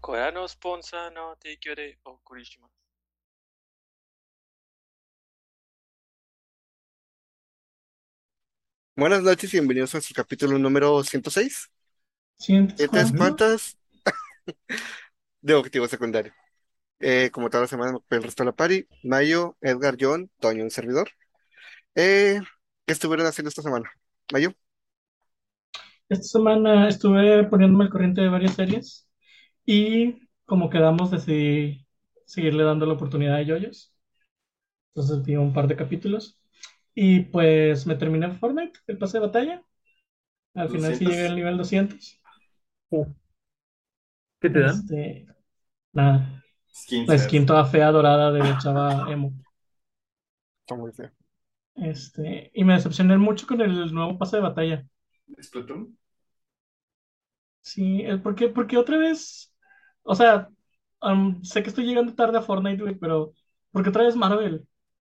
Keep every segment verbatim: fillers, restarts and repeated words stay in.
これのスポンサーの提供でお送りします。 Buenas noches y bienvenidos a nuestro capítulo número ciento seis. ¿Sientes Siete cuánto? patas de objetivo secundario. Eh, como toda la semana, el resto de la pari, Mayo, Edgar, John, Toño, un servidor. Eh, ¿Qué estuvieron haciendo esta semana? Mayo, Esta semana estuve poniéndome al corriente de varias series y como quedamos decidí seguirle dando la oportunidad a yoyos. Entonces vi un par de capítulos y pues me terminé Fortnite, el pase de batalla. Al final sí llegué doscientos al nivel doscientos. Uh, ¿Qué te dan? Este, nada, skin la skin sets. toda fea dorada de chava emo. está muy feo. Este, y me decepcioné mucho con el nuevo pase de batalla. Splatoon. Sí, ¿por qué? Porque otra vez, o sea, um, sé que estoy llegando tarde a Fortnite, güey, pero ¿por qué otra vez Marvel?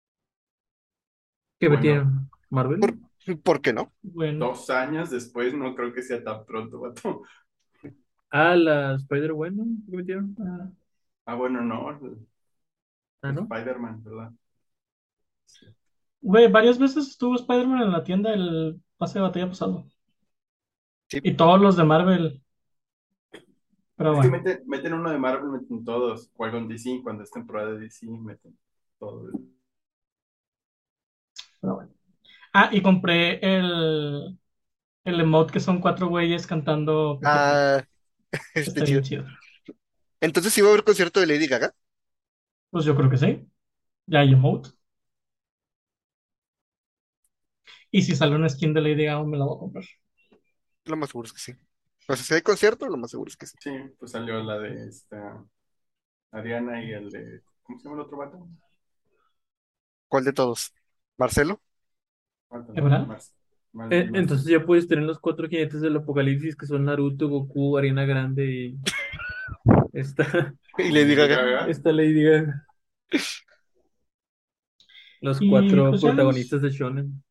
¿Qué Bueno, metieron? ¿Marvel? ¿Por, ¿por qué no? Bueno, Dos años después, no creo que sea tan pronto, vato. Ah, la Spider-Man, ¿no? ¿Qué metieron? ah, Ah, bueno, no. el- Ah, ¿no? Spider-Man, ¿verdad? Sí. güey, varias veces estuvo Spider-Man en la tienda el pase de batalla pasado. Sí, Y todos los de Marvel, pero Es que bueno, meten, meten uno de Marvel, meten todos. Juegan D C, cuando es temporada de D C, meten todo. pero bueno. Ah, y compré el, el emote que son cuatro güeyes cantando Peter Pan. ah, este Está bien chido. chido. Entonces, ¿sí va a haber concierto de Lady Gaga? Pues yo creo que sí. Ya hay emote. Y si sale una skin de Lady Gaga, me la voy a comprar. Lo más seguro es que sí. O sea, si hay concierto, lo más seguro es que sí. Sí, pues salió la de esta Ariana y el de. ¿Cómo se llama el otro vato? ¿Cuál de todos? ¿Marcelo? ¿Cuánto, ¿Es no? verdad? Mar- Mar- Eh, Mar- entonces ya puedes tener los cuatro jinetes del apocalipsis que son Naruto, Goku, Ariana Grande y esta, ¿Y y Lady Lady Gaga? Gaga. esta Lady Gaga. Los Y cuatro pues ya protagonistas es, de Shonen.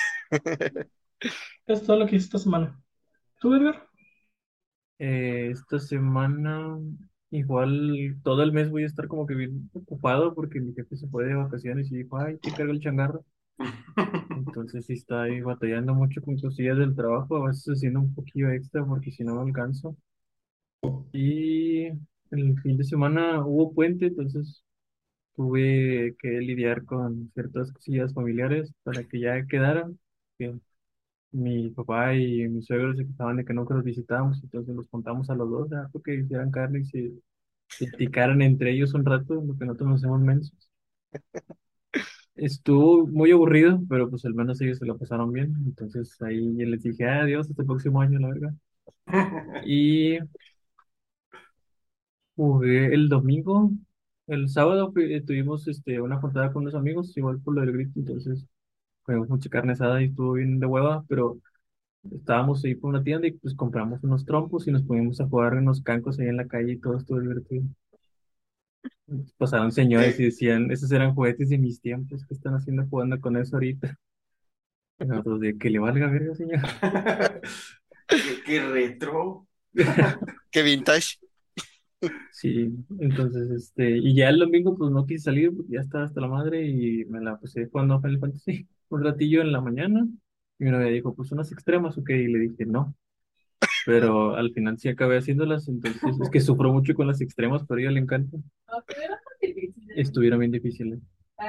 es todo lo que hice esta semana. ¿Tú, Edgar? Eh, esta semana, igual todo el mes voy a estar como que bien ocupado porque mi jefe se fue de vacaciones y dijo, ay, te cargo el changarro. Entonces sí está ahí batallando mucho con cosillas del trabajo, a veces haciendo un poquillo extra porque si no me alcanzo. Y el fin de semana hubo puente, entonces tuve que lidiar con ciertas cosillas familiares para que ya quedaran. Que mi papá y mi suegro se quejaban de que nunca los visitábamos, entonces los contamos a los dos, ya, porque hicieran carne y se platicaran entre ellos un rato, en lo que nosotros nos hacemos mensos. Estuvo muy aburrido, pero pues al menos ellos se lo pasaron bien. Entonces ahí ya les dije, adiós, hasta el próximo año, la verdad. Y jugué el domingo. El sábado fui- eh, tuvimos este, una juntada con unos amigos, igual por lo del grito, entonces comimos mucha carne asada y estuvo bien de hueva, pero estábamos ahí por una tienda y pues compramos unos trompos y nos pusimos a jugar en unos cancos ahí en la calle y todo estuvo divertido. Pasaron señores y ¿Qué? decían, esos eran juguetes de mis tiempos, ¿qué están haciendo jugando con eso ahorita? Y nosotros de que le valga verga, señor. ¿Qué, qué retro? ¿Qué vintage? Sí, entonces, este, y ya el domingo pues no quise salir porque ya estaba hasta la madre y me la puse jugando Final Fantasy un ratillo en la mañana y mi novia dijo, pues unas extremas, ok, y le dije no, pero al final sí acabé haciéndolas, entonces es que sufro mucho con las extremas, pero a ella le encanta. Estuvieron bien difíciles.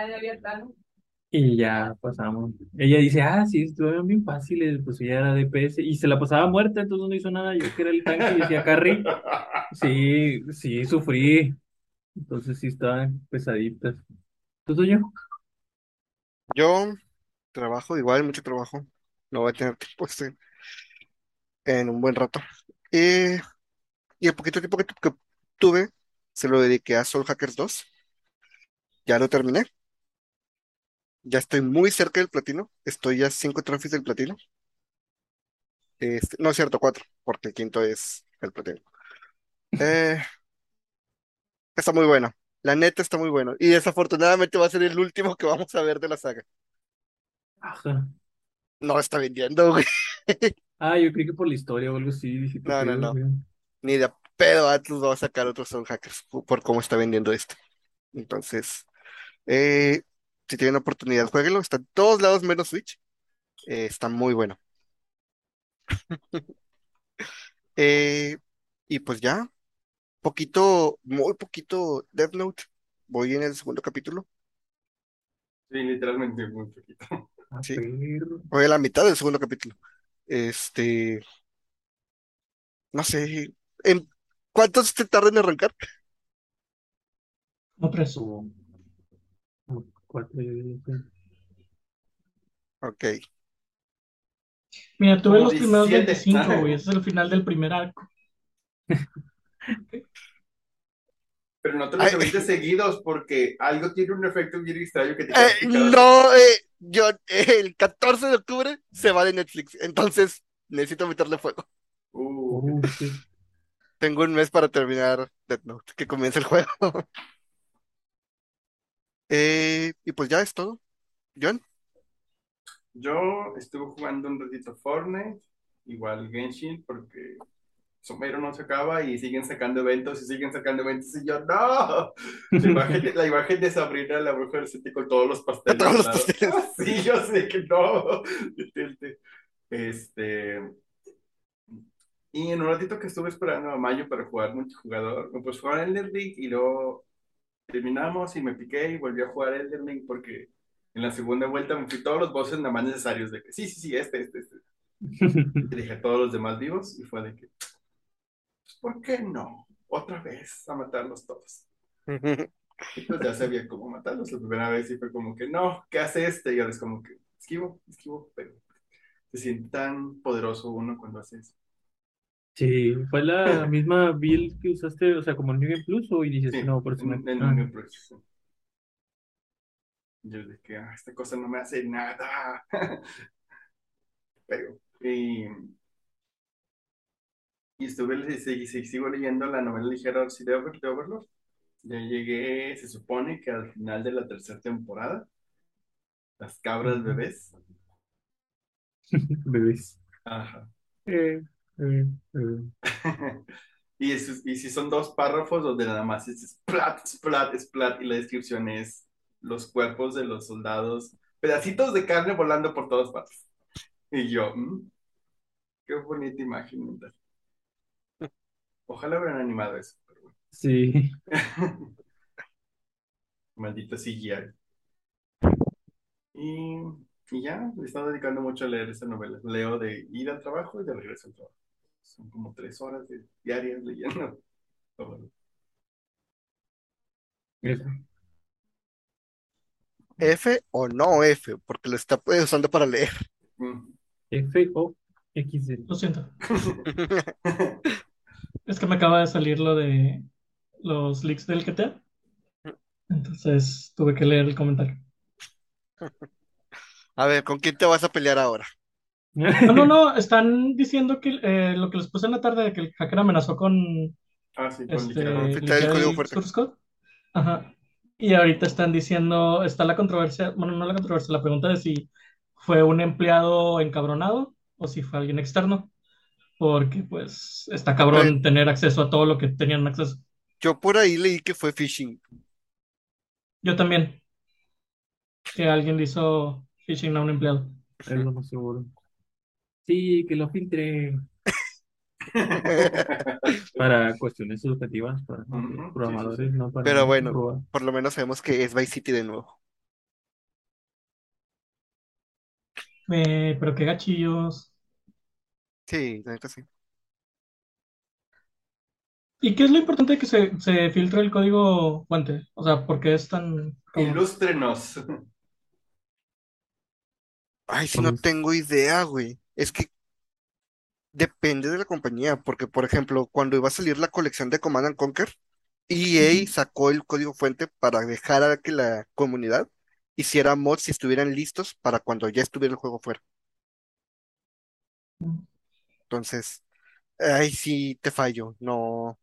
Y ya pasamos. Ella dice, ah, sí, estuvieron bien fáciles, pues ella era D P S y se la pasaba muerta, entonces no hizo nada, yo que era el tanque y decía carry, sí, sí, sufrí. Entonces sí estaban pesaditas. ¿Tú, yo? Yo trabajo igual, mucho trabajo. No voy a tener tiempo este, en un buen rato. Y, y el poquito tiempo que, tu- que tuve, se lo dediqué a Soul Hackers dos. Ya lo terminé. Ya estoy muy cerca del platino. Estoy a cinco trophies del platino. Este, no es cierto, cuatro, porque el quinto es el platino. Eh, Está muy bueno. La neta está muy bueno. Y desafortunadamente va a ser el último que vamos a ver de la saga. Ajá. No está vendiendo, güey. Ah, yo creí que por la historia o algo así, dije, qué No, no, pedo, no. güey. Ni de, pero Atlus va a sacar otros Soul Hackers por, por cómo está vendiendo esto. Entonces, eh, si tienen oportunidad, jueguenlo. Está en todos lados menos Switch. Eh, está muy bueno. Eh, y pues ya, poquito, muy poquito Death Note. Voy en el segundo capítulo. Sí, literalmente muy poquito. A Sí, ver. voy a la mitad del segundo capítulo. Este, no sé, ¿en cuántos te tardan en arrancar? No tres. Como, como cuatro, yo diría que- Ok. Mira, tuve Como los primeros diecisiete. veinticinco, güey. Ese es el final del primer arco. Pero no te los Ay, aventes seguidos porque algo tiene un efecto bien extraño que te quedas eh, picado. no, eh, yo, eh, el catorce de octubre se va de Netflix, entonces necesito meterle fuego. Uh, Oh, shit. Tengo un mes para terminar Death Note, que comience el juego. Eh, y pues ya es todo. John, yo estuve jugando un ratito Fortnite, igual Genshin, porque Somero no se acaba y siguen sacando eventos y siguen sacando eventos y yo, ¡no! La imagen de, la imagen de Sabrina, la bruja del City con todos los a pasteles todos al los lado. pasteles. Sí, yo sé que no. Detente. Este, y en un ratito que estuve esperando a Mayo para jugar multijugador, me puse a jugar Elden Ring y luego terminamos y me piqué y volví a jugar Elden Ring porque en la segunda vuelta me fui todos los bosses nada más necesarios de que sí, sí, sí, este, este, este. Y dejé a todos los demás vivos y fue de que, pues, ¿por qué no? Otra vez a matarlos todos. Y pues ya sabía cómo matarlos la primera vez y fue como que, no, ¿qué hace este? Y ahora es como que, esquivo, esquivo, pero se siente tan poderoso uno cuando hace eso. Sí, ¿fue la misma build que usaste, o sea, como en New Game Plus o iniciaste un Sí, nuevo personaje? en, en Ah, un proceso. Yo de que, ah, esta cosa no me hace nada. Pero, y, y estuve, y, y sigo leyendo la novela ligera de, Over, de Overlord. Ya llegué, se supone que al final de la tercera temporada, las cabras ujú. bebés. Bebés. Ajá. Eh, eh, eh. Y, eso- y si son dos párrafos donde nada más es splat, splat, splat, y la descripción es los cuerpos de los soldados, pedacitos de carne volando por todas partes. Y yo, mm, qué bonita imagen mental. Ojalá hubieran animado eso, pero bueno. Sí. Maldito C G I. Y, y ya, le he estado dedicando mucho a leer esta novela. Leo de ir al trabajo y de regreso al trabajo. Son como tres horas de, diarias leyendo. Todo. Eso. F o no F, porque lo está eh, usando para leer. Mm. F O X L. Lo siento. Es que me acaba de salir lo de los leaks del G T A. Entonces tuve que leer el comentario. A ver, ¿con quién te vas a pelear ahora? No, no, no. Están diciendo que eh, lo que les puse en la tarde de que el hacker amenazó con Ah, sí, con Con liqueador. este, filtrar el liquear código el fuerte. source code. Ajá. Y ahorita están diciendo, está la controversia, bueno, no la controversia, la pregunta de si fue un empleado encabronado o si fue alguien externo, porque pues está Eh, cabrón tener acceso a todo lo que tenían acceso. yo por ahí leí que fue phishing. Yo también, que alguien le hizo phishing a un empleado. Es lo más seguro. Sí, que lo filtre para cuestiones educativas, para los Ujú, sí, sí, sí. programadores, no para Pero bueno, robar. por lo menos sabemos que es Vice City de nuevo. Eh, pero qué gachillos. Sí, la neta sí. ¿Y qué es lo importante de que se, se filtre el código fuente? O sea, ¿por qué es tan cabrón? Ilústrenos. Ay, sí, no Pues, tengo idea, güey. Es que depende de la compañía, porque por ejemplo, cuando iba a salir la colección de Command and Conquer, E A Ujú. sacó el código fuente para dejar a que la comunidad hiciera mods y estuvieran listos para cuando ya estuviera el juego fuera. Entonces, ay, sí, te fallo. No,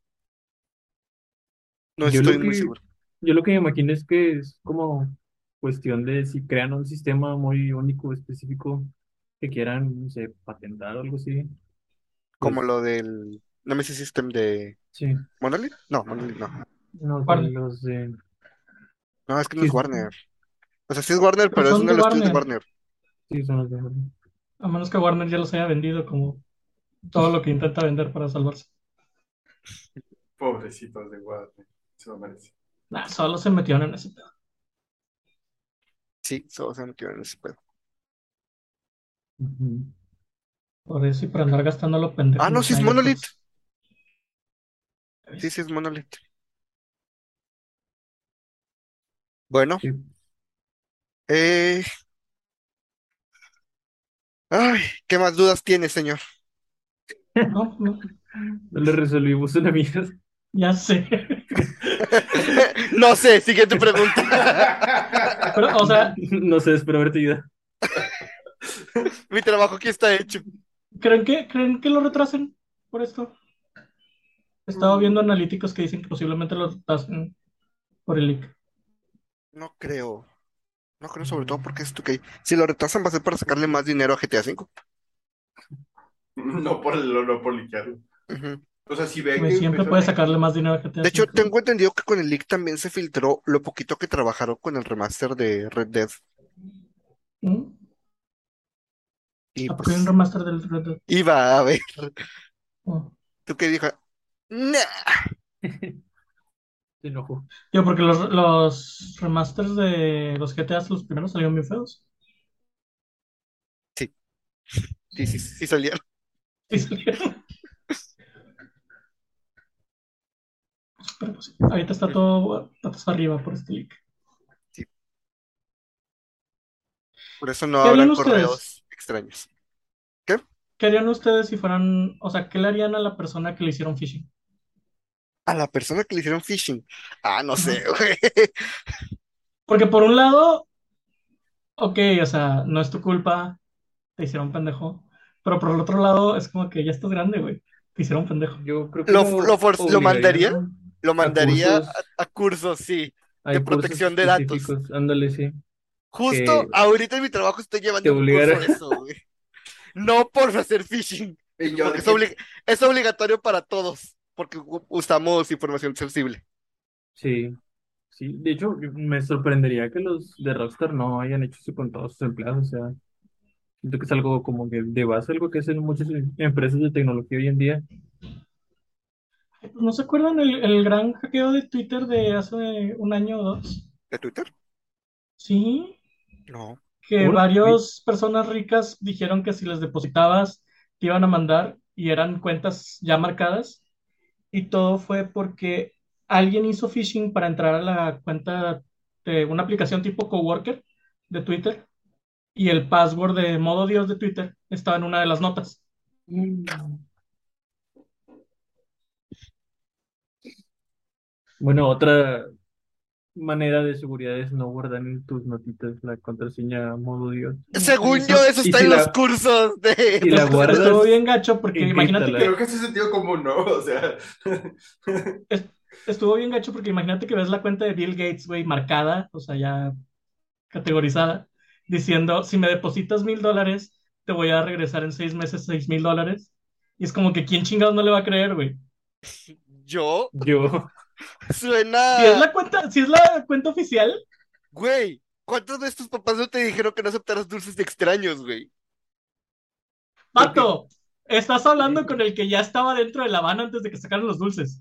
no yo lo estoy muy que, seguro. yo lo que me imagino es que es como cuestión de si crean un sistema muy único, específico, que quieran, no sé, patentar o algo así, Como pues lo del Nemesis System de Sí, ¿Monolith? No, Monolith no. no, de Warner. los de... No, es que no Sí, es Warner. O sea, sí es Warner, Pero pero es son uno de de los estudios de Warner, Warner. sí, son los de... a menos que Warner ya los haya vendido como todo lo que intenta vender para salvarse. Pobrecitos de Warner. Se lo merece. Nah, solo se metieron en ese pedo. Sí, solo se metió en ese pedo. Ujú. Por eso y para andar gastando lo pendejo Ah, en no, los sí es Snyder Monolith. Cuts. Sí, sí es Monolith. Bueno, Sí. eh... Ay, ¿qué más dudas tiene, señor? No, no, No le resolvimos una mierda. ya sé. No sé, siguiente pregunta. Pero, o sea, No sé, espero haberte ayudado. Mi trabajo aquí está hecho. ¿creen que, ¿creen que lo retrasen por esto? He estado viendo analíticos que dicen que posiblemente lo retrasen por el leak. No creo. No creo, sobre todo porque es tu que si lo retrasan va a ser para sacarle más dinero a G T A cinco. No por el no por liquearlo. Ujú. O sea, si ven Güey, que siempre empezó puedes a- sacarle más dinero a G T A De hecho, cinco. tengo entendido que con el leak también se filtró lo poquito que trabajaron con el remaster de Red Dead. ¿Mm? Y ¿A poco hay un pues remaster del Red Dead? iba a ver. Oh. ¿Tú qué dijo? Nah. Se enojó. Digo, porque los, los remasters de los G T A, los primeros salieron bien feos. Sí, sí, sí, sí salieron. Sí Sí. salieron. Pero pues, sí, ahorita está todo patas arriba por este leak. Sí, por eso no ¿Qué harían habrán ustedes? correos extraños. ¿Qué? ¿Qué harían ustedes si fueran, o sea, qué le harían a la persona que le hicieron phishing? A la persona que le hicieron phishing. Ah, no Ajá. sé, güey. Porque por un lado, ok, o sea, no es tu culpa, te hicieron pendejo. Pero por el otro lado, es como que ya estás grande, güey. Te hicieron pendejo. Yo creo que Lo, lo, lo for- lo obligaría, mandaría, ¿no? lo A mandaría a, cursos, a cursos, sí, de hay cursos protección de datos. específicos, ándale, sí, Justo que ahorita en mi trabajo estoy te llevando un curso obligará. de eso, güey. No por hacer phishing, Y yo porque de es, que obli- es obligatorio para todos, porque u- usamos información sensible. Sí, sí, de hecho, me sorprendería que los de Rockstar no hayan hecho eso con todos sus empleados, o sea, siento que es algo como que de base, algo que hacen muchas empresas de tecnología hoy en día. Ay, pues, ¿no se acuerdan el, el gran hackeo de Twitter de hace un año o dos? ¿De Twitter? Sí, No. que Por, vi- varias personas ricas dijeron que si les depositabas te iban a mandar y eran cuentas ya marcadas y todo fue porque alguien hizo phishing para entrar a la cuenta de una aplicación tipo Coworker de Twitter y el password de modo Dios de Twitter estaba en una de las notas. Mm. Bueno, otra manera de seguridad es no guardar en tus notitas la contraseña modo Dios. Según yo, Eso eso Y está si en los la, cursos de si la est- estuvo guardas, bien gacho porque imagínate encríptala. creo que que ese sentido común, ¿no? O sea, est- estuvo bien gacho porque imagínate que ves la cuenta de Bill Gates, güey, marcada, o sea, ya categorizada, diciendo, si me depositas mil dólares, te voy a regresar en seis meses seis mil dólares. Y es como que quién chingados no le va a creer, güey. yo. Yo, Si es Suena, la cuenta, si es la cuenta oficial, güey. ¿Cuántos de estos papás no te dijeron que no aceptaras dulces de extraños, güey? creo que vato, estás hablando con el que ya estaba dentro de la van antes de que sacaran los dulces.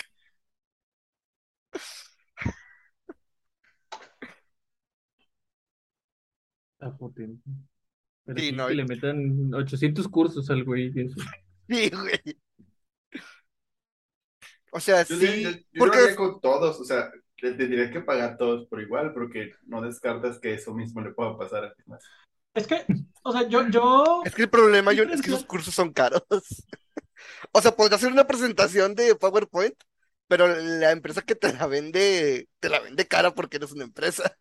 está potente. Pero Sí, sí, no. que le metan ochocientos cursos al güey y eso. Sí, güey. O sea, yo, le- yo, sí. yo lo Porque haría con todos, o sea, le tendría que pagar todos por igual, porque no descartas que eso mismo le pueda pasar a alguien más. Es que, o sea, yo, yo es que el problema, John, es que esos diferenciar. cursos son caros. O sea, podría hacer una presentación de PowerPoint, pero la empresa que te la vende, te la vende cara porque eres una empresa.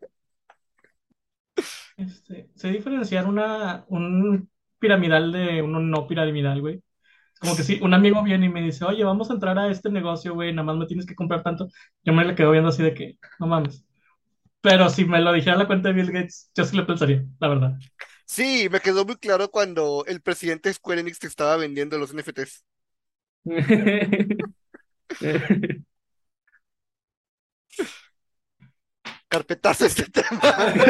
Este, sé diferenciar una, un piramidal de uno no piramidal, güey. Como que si un amigo viene y me dice, oye, vamos a entrar a este negocio, güey, nada más me tienes que comprar tanto, yo me le quedo viendo así de que, no mames. Pero si me lo dijera la cuenta de Bill Gates, yo sí le pensaría, la verdad. Sí, me quedó muy claro cuando el presidente de Square Enix te estaba vendiendo los N F Ts. Carpetazo este tema.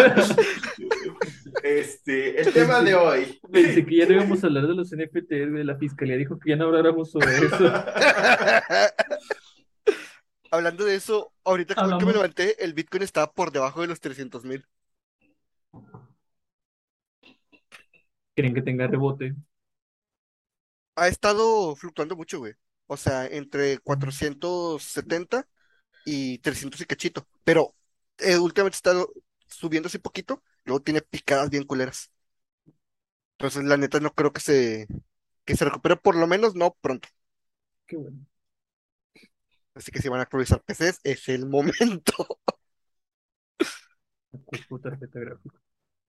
Este, el tema de hoy. Pensé que ya no íbamos a hablar de los N F Ts, güey. La fiscalía dijo que ya no habláramos sobre eso. Hablando de eso, ahorita que fue que me Hablamos. levanté, el Bitcoin estaba por debajo de los trescientos mil. Quieren que tenga rebote. Ha estado fluctuando mucho, güey. O sea, entre cuatrocientos setenta y trescientos y cachito. Pero eh, últimamente está subiendo así poquito, luego tiene picadas bien culeras. Entonces, la neta, no creo que se, que se recupere, por lo menos no pronto. Qué bueno. Así que si van a actualizar P Cs, es el momento. Ocupo tarjeta gráfica.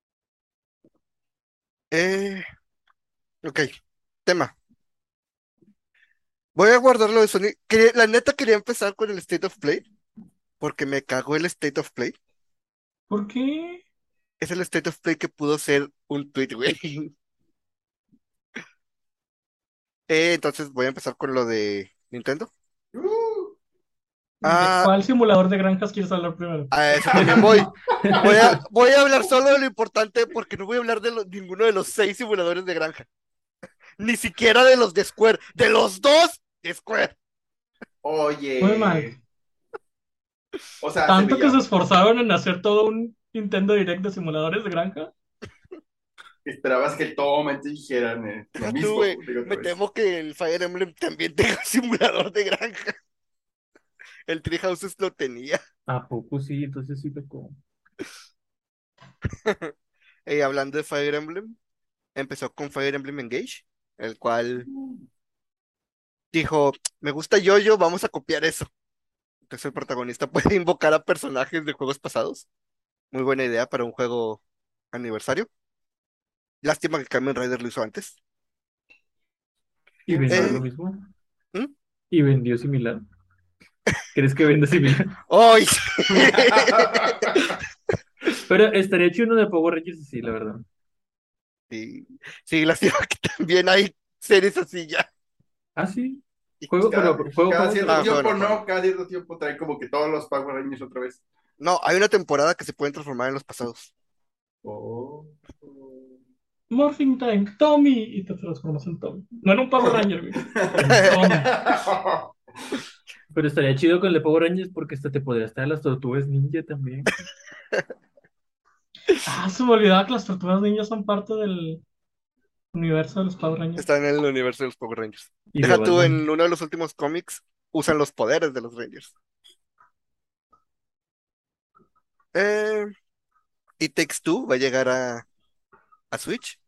Eh, ok, tema. Voy a guardarlo de Sony. Quería- la neta quería empezar con el State of Play, porque me cagó el State of Play. ¿Por qué? Es el State of Play que pudo ser un tweet, güey. Eh, entonces voy a empezar con lo de Nintendo. Uh, ¿De Ah, cuál simulador de granjas quieres hablar primero? a eso también voy. Voy a, voy a hablar solo de lo importante porque no voy a hablar de lo- ninguno de los seis simuladores de granja. Ni siquiera de los de Square. De los dos de Square. oye. Muy mal. O sea, se Tanto que veía. se esforzaron en hacer todo un Nintendo Direct de simuladores de granja. Esperabas que en todo momento dijeran eh, lo Deja tú, mismo. güey. Digo, otra Me vez. temo que el Fire Emblem también tenga simulador de granja. El Tree Houses lo tenía. ¿A poco sí? Entonces sí tocó. Eh, hablando de Fire Emblem, empezó con Fire Emblem Engage, el cual dijo, me gusta yo-yo, vamos a copiar eso. Entonces el protagonista puede invocar a personajes de juegos pasados. Muy buena idea para un juego aniversario. Lástima que Kamen Rider lo hizo antes. ¿Y vendió Eh, lo mismo? ¿Mm? ¿Y vendió similar? ¿Crees que venda similar? ¡Ay! Pero estaría chido uno de Power Rangers así, la verdad. Sí, sí, lástima que también hay series así ya. Ah, sí. Y Juego, Cada, pero juego, cada juego. cierto No, juego tiempo, no, juego no, no. cada cierto tiempo trae como que todos los Power Rangers otra vez. No, hay una temporada que se pueden transformar en los pasados. Oh. Morphing Tank, Tommy. Y te transformas en Tommy. No era un Power Ranger, güey. Tommy. Pero estaría chido con el de Power Rangers porque hasta te podría estar las tortugas ninja también. Ah, se me olvidaba que las tortugas ninjas son parte del universo de los Power Rangers. Está en el universo de los Power Rangers. Y de Deja tú, Batman. en uno de los últimos cómics, usan los poderes de los Rangers. Eh, y Takes Two va a llegar a, a Switch.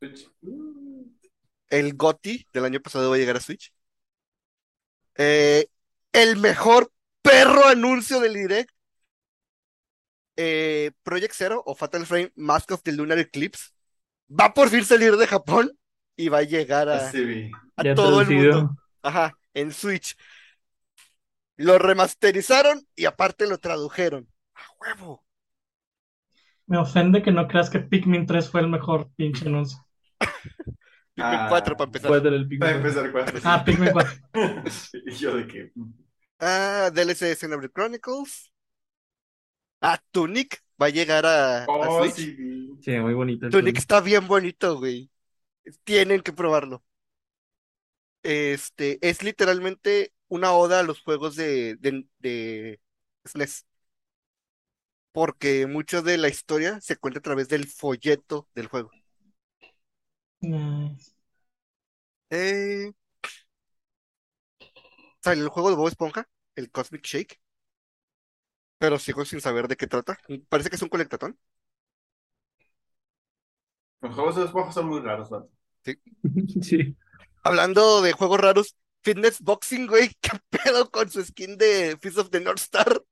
El GOTY del año pasado va a llegar a Switch. Eh, el mejor perro anuncio del Direct. eh, Project Zero o Fatal Frame Mask of the Lunar Eclipse va a por fin salir de Japón y va a llegar a, Así vi. a Ya todo el traducido. mundo. Ajá, en Switch. Lo remasterizaron y aparte lo tradujeron. ¡A huevo! Me ofende que no creas que Pikmin tres fue el mejor pinche anuncio. Pikmin Ah, cuatro para empezar. Cuatro el Para Pikmin. empezar cuatro. sí. Ah, Pikmin cuatro. Y yo de que. Ah, D L C de Xenoblade Chronicles. Ah, Tunic va a llegar a, a Oh, Switch. sí vi. Sí, muy bonito el Tunic Tunic. está bien bonito, güey. Tienen que probarlo. Este, es literalmente una oda a los juegos de, de, de S N E S. Porque mucho de la historia se cuenta a través del folleto del juego. Nice. Eh, sale el juego de Bob Esponja, el Cosmic Shake, pero sigo sin saber de qué trata. Parece que es un colectatón. Los juegos de los bajos son muy raros, ¿no? Sí. Hablando de juegos raros, Fitness Boxing, güey, ¿qué pedo con su skin de Fist of the North Star?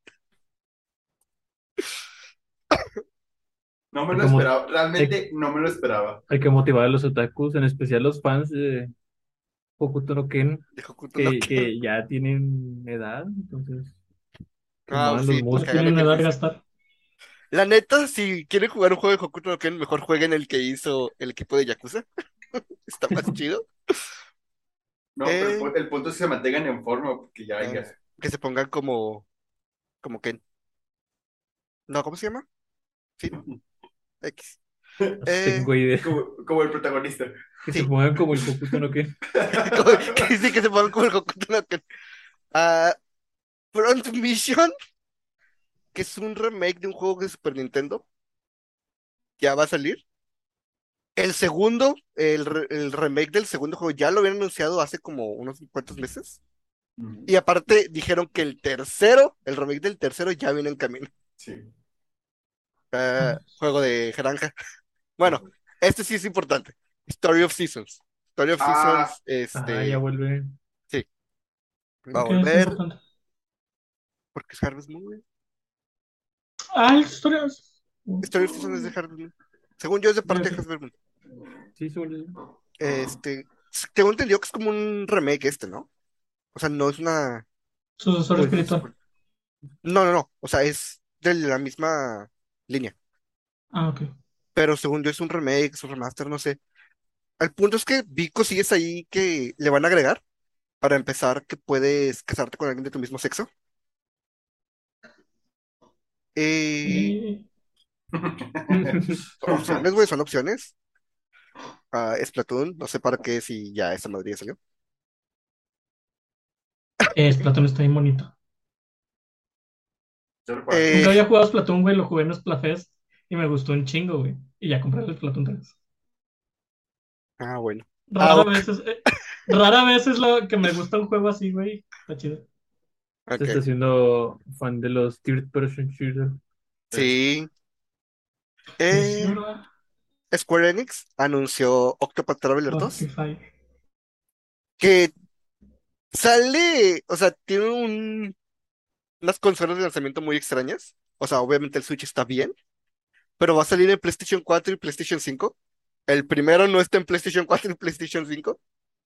No me lo Como- esperaba. Realmente no me lo esperaba. Hay que motivar a los otakus, en especial los fans de Hokuto no Ken, De Hokuto no que, Ken. que ya tienen edad, entonces que Ah, muevan sí, los No pues músculos. que hagan tienen edad de ejercicio. gastar. La neta, si quieren jugar un juego de Hokuto no Ken, mejor jueguen el que hizo el equipo de Yakuza. Está más chido. No, pero el, Eh, pu- el punto es que se mantengan en forma, porque ya, Ah, ya. que se pongan como, como que, no, ¿cómo se llama? Sí, ¿no? X. No Eh, tengo idea. Como, como el protagonista. Que se sí, pongan como el Hokuto no Ken. como- que sí, que se pongan como el Hokuto no Ken. Ah, Front Mission, que es un remake de un juego de Super Nintendo, ya va a salir. El segundo, el, re- el remake del segundo juego, ya lo habían anunciado hace como unos cuantos meses. Ujú. Y aparte dijeron que el tercero, el remake del tercero ya viene en camino. Sí. Ah, juego de granja. Bueno, Ujú. este sí es importante. Story of Seasons. Story of Ah, Seasons, Ah, ya este, vuelve. sí, va a ¿Por qué es volver importante? porque es Harvest Moon, güey. Ah, historias. Story of Seasons es de Harvest Moon. Según yo es de Ok, parte de ok. Harvest Moon. Sí, según yo. Este, tengo entendido que es como un remake este, ¿no? O sea, no es una, Sucesor pues, espiritual. secuela. No, no, no. O sea, es de la misma línea. Ah, ok. Pero según yo es un remake, es un remaster, no sé. El punto es que vi cosillas ahí que le van a agregar. Para empezar, que puedes casarte con alguien de tu mismo sexo. Y Y opciones, güey, son opciones. Ah, Splatoon, no sé para qué si ya esa madre ya salió. eh, Splatoon está bien bonito. yo lo juego. Eh, Nunca había jugado Splatoon, güey, lo jugué en Splatfest y me gustó un chingo, güey. Y ya compré el Splatoon tres. ah, bueno. Rara AUK, vez es, eh, rara vez es lo que me gusta un juego así, güey. Está chido. Se está ok. haciendo fan de los third person shooter. Sí. Oye, sí, Eh, ¿verdad? Square Enix anunció Octopath Traveler Buffy dos, Fire. que sale, o sea, tiene un- unas consolas de lanzamiento muy extrañas. O sea, obviamente el Switch está bien, pero va a salir en PlayStation cuatro y PlayStation cinco. El primero no está en PlayStation cuatro y PlayStation cinco.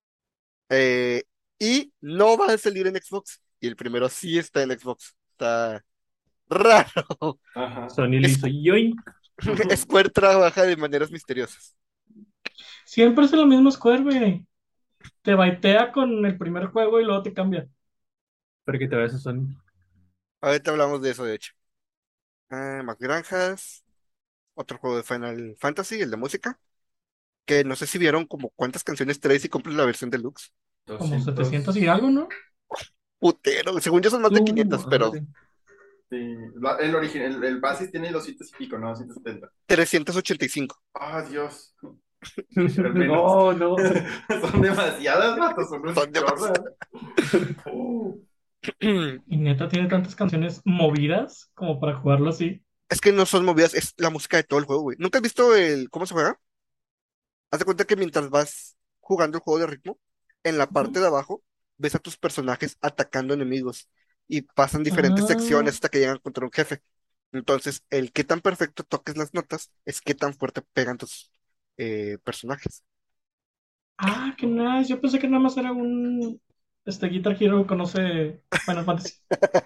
Eh, y no va a salir en Xbox. Y el primero sí está en Xbox. Está raro. Ajá. Sony le hizo Squ- yoink. Square trabaja de maneras misteriosas. Siempre es lo mismo Square, güey. Te baitea con el primer juego y luego te cambia. Para que te vayas a Sony. Ahorita hablamos de eso, de hecho. Ah, más granjas. Otro juego de Final Fantasy, el de música. Que no sé si vieron como cuántas canciones traes y compras la versión deluxe. Como setecientos y doscientos. algo, ¿no? Putero. Según yo son más de Tu quinientas, pero madre. Sí. La- el original, el, el basis tiene doscientos y pico, ¿no? Doscientos setenta. trescientos ochenta y cinco. Ah, Dios. Al menos. No, no. Son demasiadas, vatos, son un Son chorro. demasiadas. Uh, Y neta tiene tantas canciones movidas como para jugarlo así. Es que no son movidas, es la música de todo el juego, güey. ¿Nunca has visto el cómo se juega? Haz de cuenta que mientras vas jugando el juego de ritmo, en la parte de abajo ves a tus personajes atacando enemigos y pasan diferentes secciones Ah, hasta que llegan contra un jefe. Entonces, el qué tan perfecto toques las notas es qué tan fuerte pegan tus eh, personajes. ah, qué nice. Yo pensé que nada más era un este Guitar Hero conoce Final Fantasy.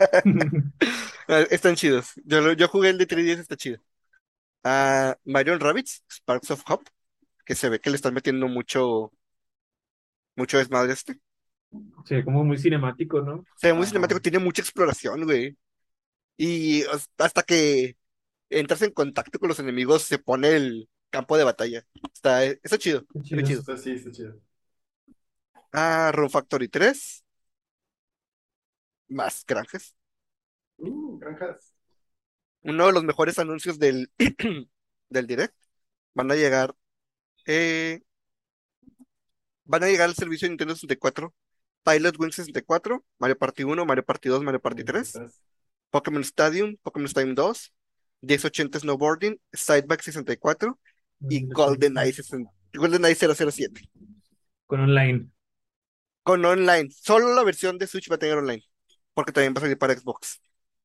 Ah, están chidos. Yo, lo- yo jugué el de tres D S, está chido. Ah, Mario Rabbids, Sparks of Hope, que se ve que le están metiendo mucho, mucho desmadre a este. Se ve como muy cinemático, ¿no? Se ve muy cinemático, ajá. tiene mucha exploración, güey. Y os- hasta que entras en contacto con los enemigos, se pone el campo de batalla. Está, está chido, Qué se ve chido. chido. Está, sí, está chido. Ah, Rune Factory tres, más granjas. Uh, granjas. Uno de los mejores anuncios del, del Direct. Van a llegar, eh, van a llegar al servicio de Nintendo sesenta y cuatro, Pilot Wing sesenta y cuatro, Mario Party uno, Mario Party dos, Mario Party tres, Granjitas. Pokémon Stadium, Pokémon Stadium dos, diez ochenta Snowboarding, Sideback sesenta y cuatro y GoldenEye sesenta GoldenEye cero cero siete. Con online. Con online. Solo la versión de Switch va a tener online. Porque también va a salir para Xbox.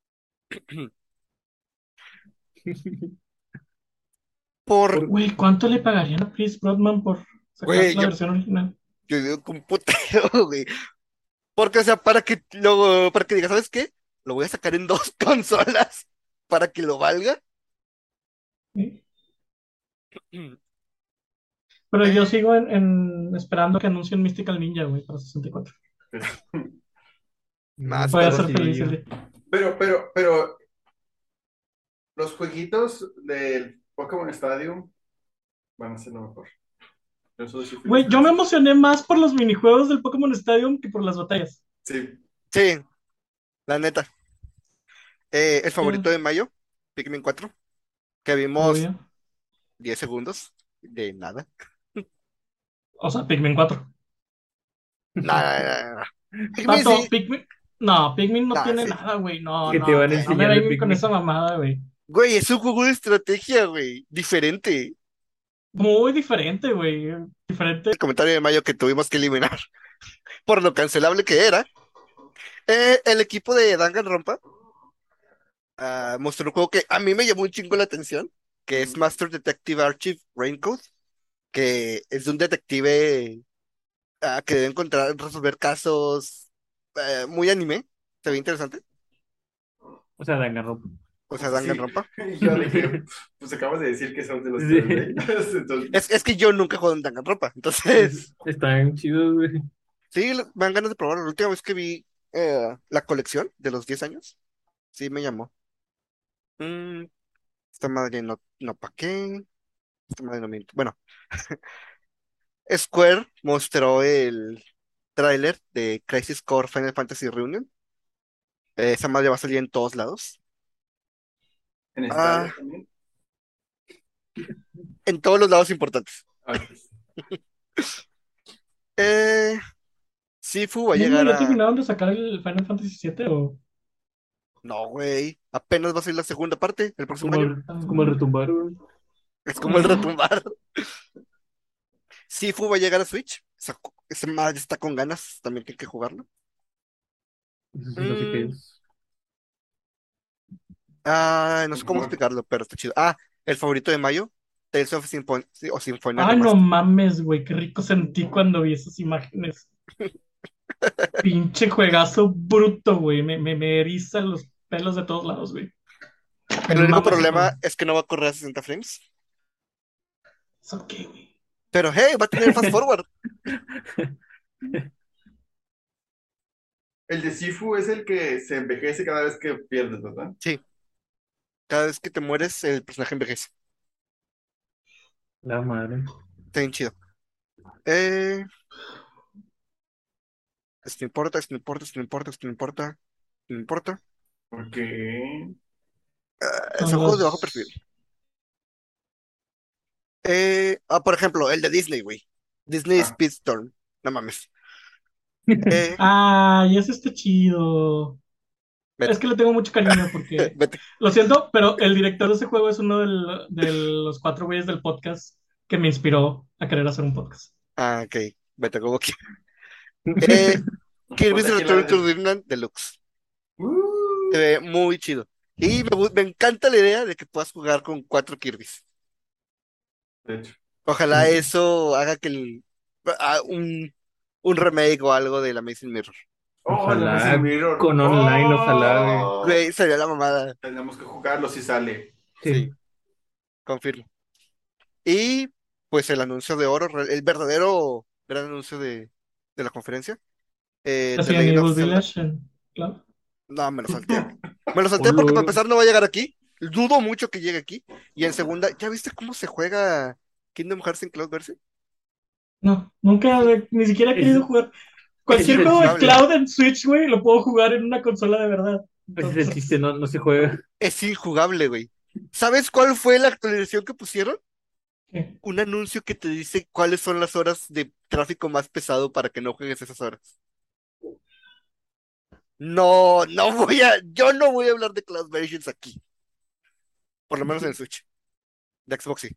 Por, Por- Güey, ¿cuánto le pagarían a Chris Broadman por sacar güey, la yo, versión original? yo digo que un putero, güey. Porque, o sea, para que luego, para que diga, ¿sabes qué? Lo voy a sacar en dos consolas para que lo valga. ¿Sí? Pero yo Eh, sigo en, en- esperando que anuncien Mystical Ninja, güey, para sesenta y cuatro. Pues, No, Más Voy a estaba perro. ser feliz el así. día. Pero, pero, pero, los jueguitos del Pokémon Stadium van a ser lo mejor. Eso sí fui Güey, yo me esperanzas. emocioné más por los minijuegos del Pokémon Stadium que por las batallas. Sí. Sí, la neta. Eh, el Sí, favorito de mayo, Pikmin cuatro, que vimos obvio. diez segundos de nada. O sea, Pikmin cuatro. Nada, nada, nada. Pikmin Vato, sí, Pikmin. No, Pikmin no nada, tiene sí. nada, güey. No, Que te no, van a no, no me enseñar de vengan con esa Pikmin. mamada, güey. Güey, es un juego de estrategia, güey. Diferente. Muy diferente, güey. Diferente. El comentario de mayo que tuvimos que eliminar por lo cancelable que era. Eh, el equipo de Danganronpa ah, mostró un juego que a mí me llamó un chingo la atención, que es Master Detective Archive Raincoat, que es de un detective ah, que debe encontrar, resolver casos eh, muy anime. Se ve interesante. O sea, Danganronpa. O sea, Sí. Danganronpa. Y yo de que, pues acabas de decir que son de los tres Sí. Reyes. Entonces, Es, es que yo nunca he jugado en Danganronpa, Es- entonces Están chidos, güey. sí, lo- me dan ganas de probarlo. La última vez que vi eh, la colección de los diez años, sí me llamó. Mm, esta madre no, no pa' qué. Esta madre no miente. Bueno, Square mostró el tráiler de Crisis Core Final Fantasy Reunion. Eh, esa madre va a salir en todos lados. en Stadia Ah, también. en todos los lados importantes. Ah, pues, Eh, Sifu va a Mismo, llegar ¿ya a... terminaron de sacar el Final Fantasy siete o...? No, güey. Apenas va a salir la segunda parte el próximo Como año. el, Ah, es como el retumbar, güey. Es como el retumbar. Sifu va a llegar a Switch. Esa, esa madre está con ganas. También hay que jugarlo. Eso sí, no sé qué Mm, es. ah, no sé por cómo favor. explicarlo, pero está chido. Ah, el favorito de mayo. Tales of Symphon- sí, o Symphonia Ay, no Remastered. mames, güey, qué rico sentí cuando vi esas imágenes. Pinche juegazo bruto, güey. Me, me, me erizan los pelos de todos lados, güey. Me El único mama ese problema juego. es que no va a correr a sesenta frames. ¿Eso qué, güey? Pero hey, va a tener fast forward. El de Sifu es el que se envejece cada vez que pierdes, ¿verdad? Sí, cada vez que te mueres, el personaje envejece. La madre. Está bien chido. Eh, esto no importa, esto no importa, esto no importa, esto no importa, esto no importa. Porque Eh, Son son juegos de bajo perfil. los... Eh, ah, por ejemplo, el de Disney, güey. Disney ah, Speedstorm. No mames. Eh, Ay, ese está chido. Es vete, que le tengo mucho cariño porque... vete. Lo siento, pero el director de ese juego es uno del- de los cuatro güeyes del podcast que me inspiró a querer hacer un podcast. Ah, ok, vete como que. Eh, pues Kirby's aquí la Return to de... Dreamland Deluxe. Se Uh, ve muy chido. Y me, gu- me encanta la idea de que puedas jugar con cuatro Kirby's. de hecho. Ojalá eso haga que el, ah, un, un remake o algo de la Amazing Mirror. Oh, la Missing Ojalá Mirror. con online, ojalá, güey. Oh, Güey, sería la mamada. tenemos que jugarlo si sale. Sí. Sí, confirmo. Y pues el anuncio de oro, re- el verdadero gran anuncio de, de la conferencia. Eh, The Resident Legend of Evil Zelda. Village, en- claro. No, me lo salté. Me lo salté porque para Hola. empezar no va a llegar aquí. Dudo mucho que llegue aquí. Y en segunda, ¿ya viste cómo se juega Kingdom Hearts en Cloud version? No, nunca, ni siquiera he Ese, querido jugar. ese es Cualquier el juego de chiste. Jugable. Cloud en Switch, güey, lo puedo jugar en una consola de verdad. Ese es el chiste, Entonces, no, no se juega. Es injugable, güey. ¿Sabes cuál fue la actualización que pusieron? ¿qué? Un anuncio que te dice cuáles son las horas de tráfico más pesado para que no juegues esas horas. No, no voy a, yo no voy a hablar de Cloud versions aquí. Por lo menos en Switch. De Xbox sí.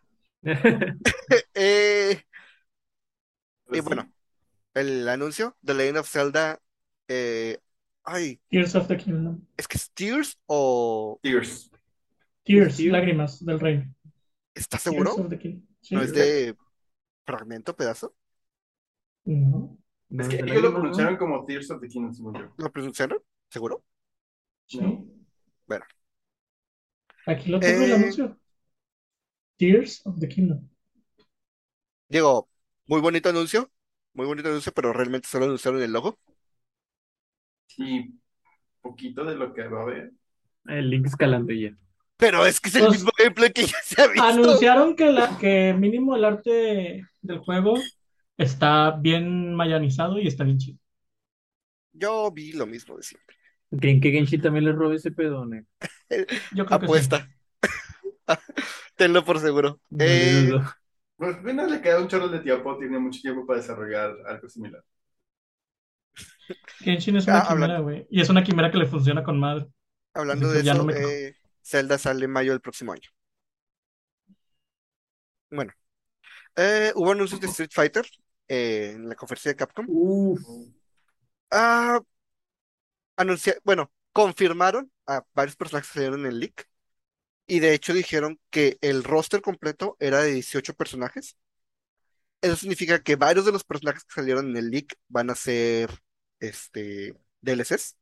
Eh, y Pues bueno, sí. el anuncio de Legend of Zelda. eh, ay, Tears of the Kingdom. ¿es que es Tears o Tears. Tears, Steve, lágrimas del reino. estás Tears seguro? of the Kingdom. ¿No Sí. es de fragmento, pedazo? No. no Es es que de ellos lo lágrimas, pronunciaron ¿no? como Tears of the Kingdom, según yo. ¿Lo pronunciaron? ¿Seguro? Sí. ¿No? Bueno. Aquí lo tengo el Eh, anuncio. Tears of the Kingdom. digo, muy bonito anuncio. Muy bonito anuncio, pero realmente solo anunciaron el logo. Sí, poquito de lo que va a haber. El Link escalando y ya. Pero es que es el Pues mismo gameplay que ya se ha visto. anunciaron que, la, que mínimo el arte del juego está bien mayanizado y está bien chido. Yo vi lo mismo de siempre. ¿Creen que Genshi también le robe ese pedone? Eh, Yo creo que sí. Apuesta, tenlo por seguro. No le Eh, dudo. Pues apenas le queda un chorro de tiempo, tiene mucho tiempo para desarrollar algo similar. Genshin es una ah, hablando, quimera, güey. Y es una quimera que le funciona con madre. Así hablando de que ya no eso, me quejo. eh, Zelda sale en mayo del próximo año. Bueno, eh, hubo anuncios de Street Fighter eh, en la conferencia de Capcom. Uf, Ah, anuncia, bueno, confirmaron a varios personajes que salieron en el leak. Y de hecho dijeron que el roster completo era de dieciocho personajes. Eso significa que varios de los personajes que salieron en el leak van a ser este, D L Cs.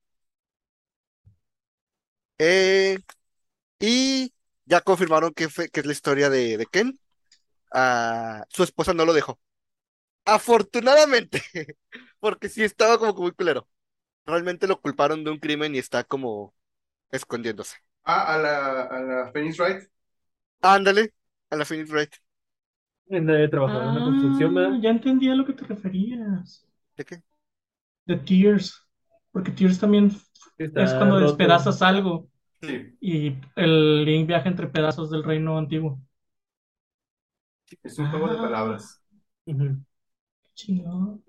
Eh, y ya confirmaron que, fue, que es la historia de, de Ken. Ah, su esposa no lo dejó. Afortunadamente, porque sí estaba como que muy culero. Realmente lo culparon de un crimen y está como escondiéndose. Ah, a la, a la Phoenix Wright. Ándale, a la Phoenix Wright. anda de trabajar en una construcción, Ah, ¿verdad? ya entendí a lo que te referías. ¿De qué? De Tears. Porque Tears también es Está cuando roto. despedazas algo Hmm. Sí, y el Link viaja entre pedazos del reino antiguo. es un juego de Ah, palabras. Ujú. qué chingón.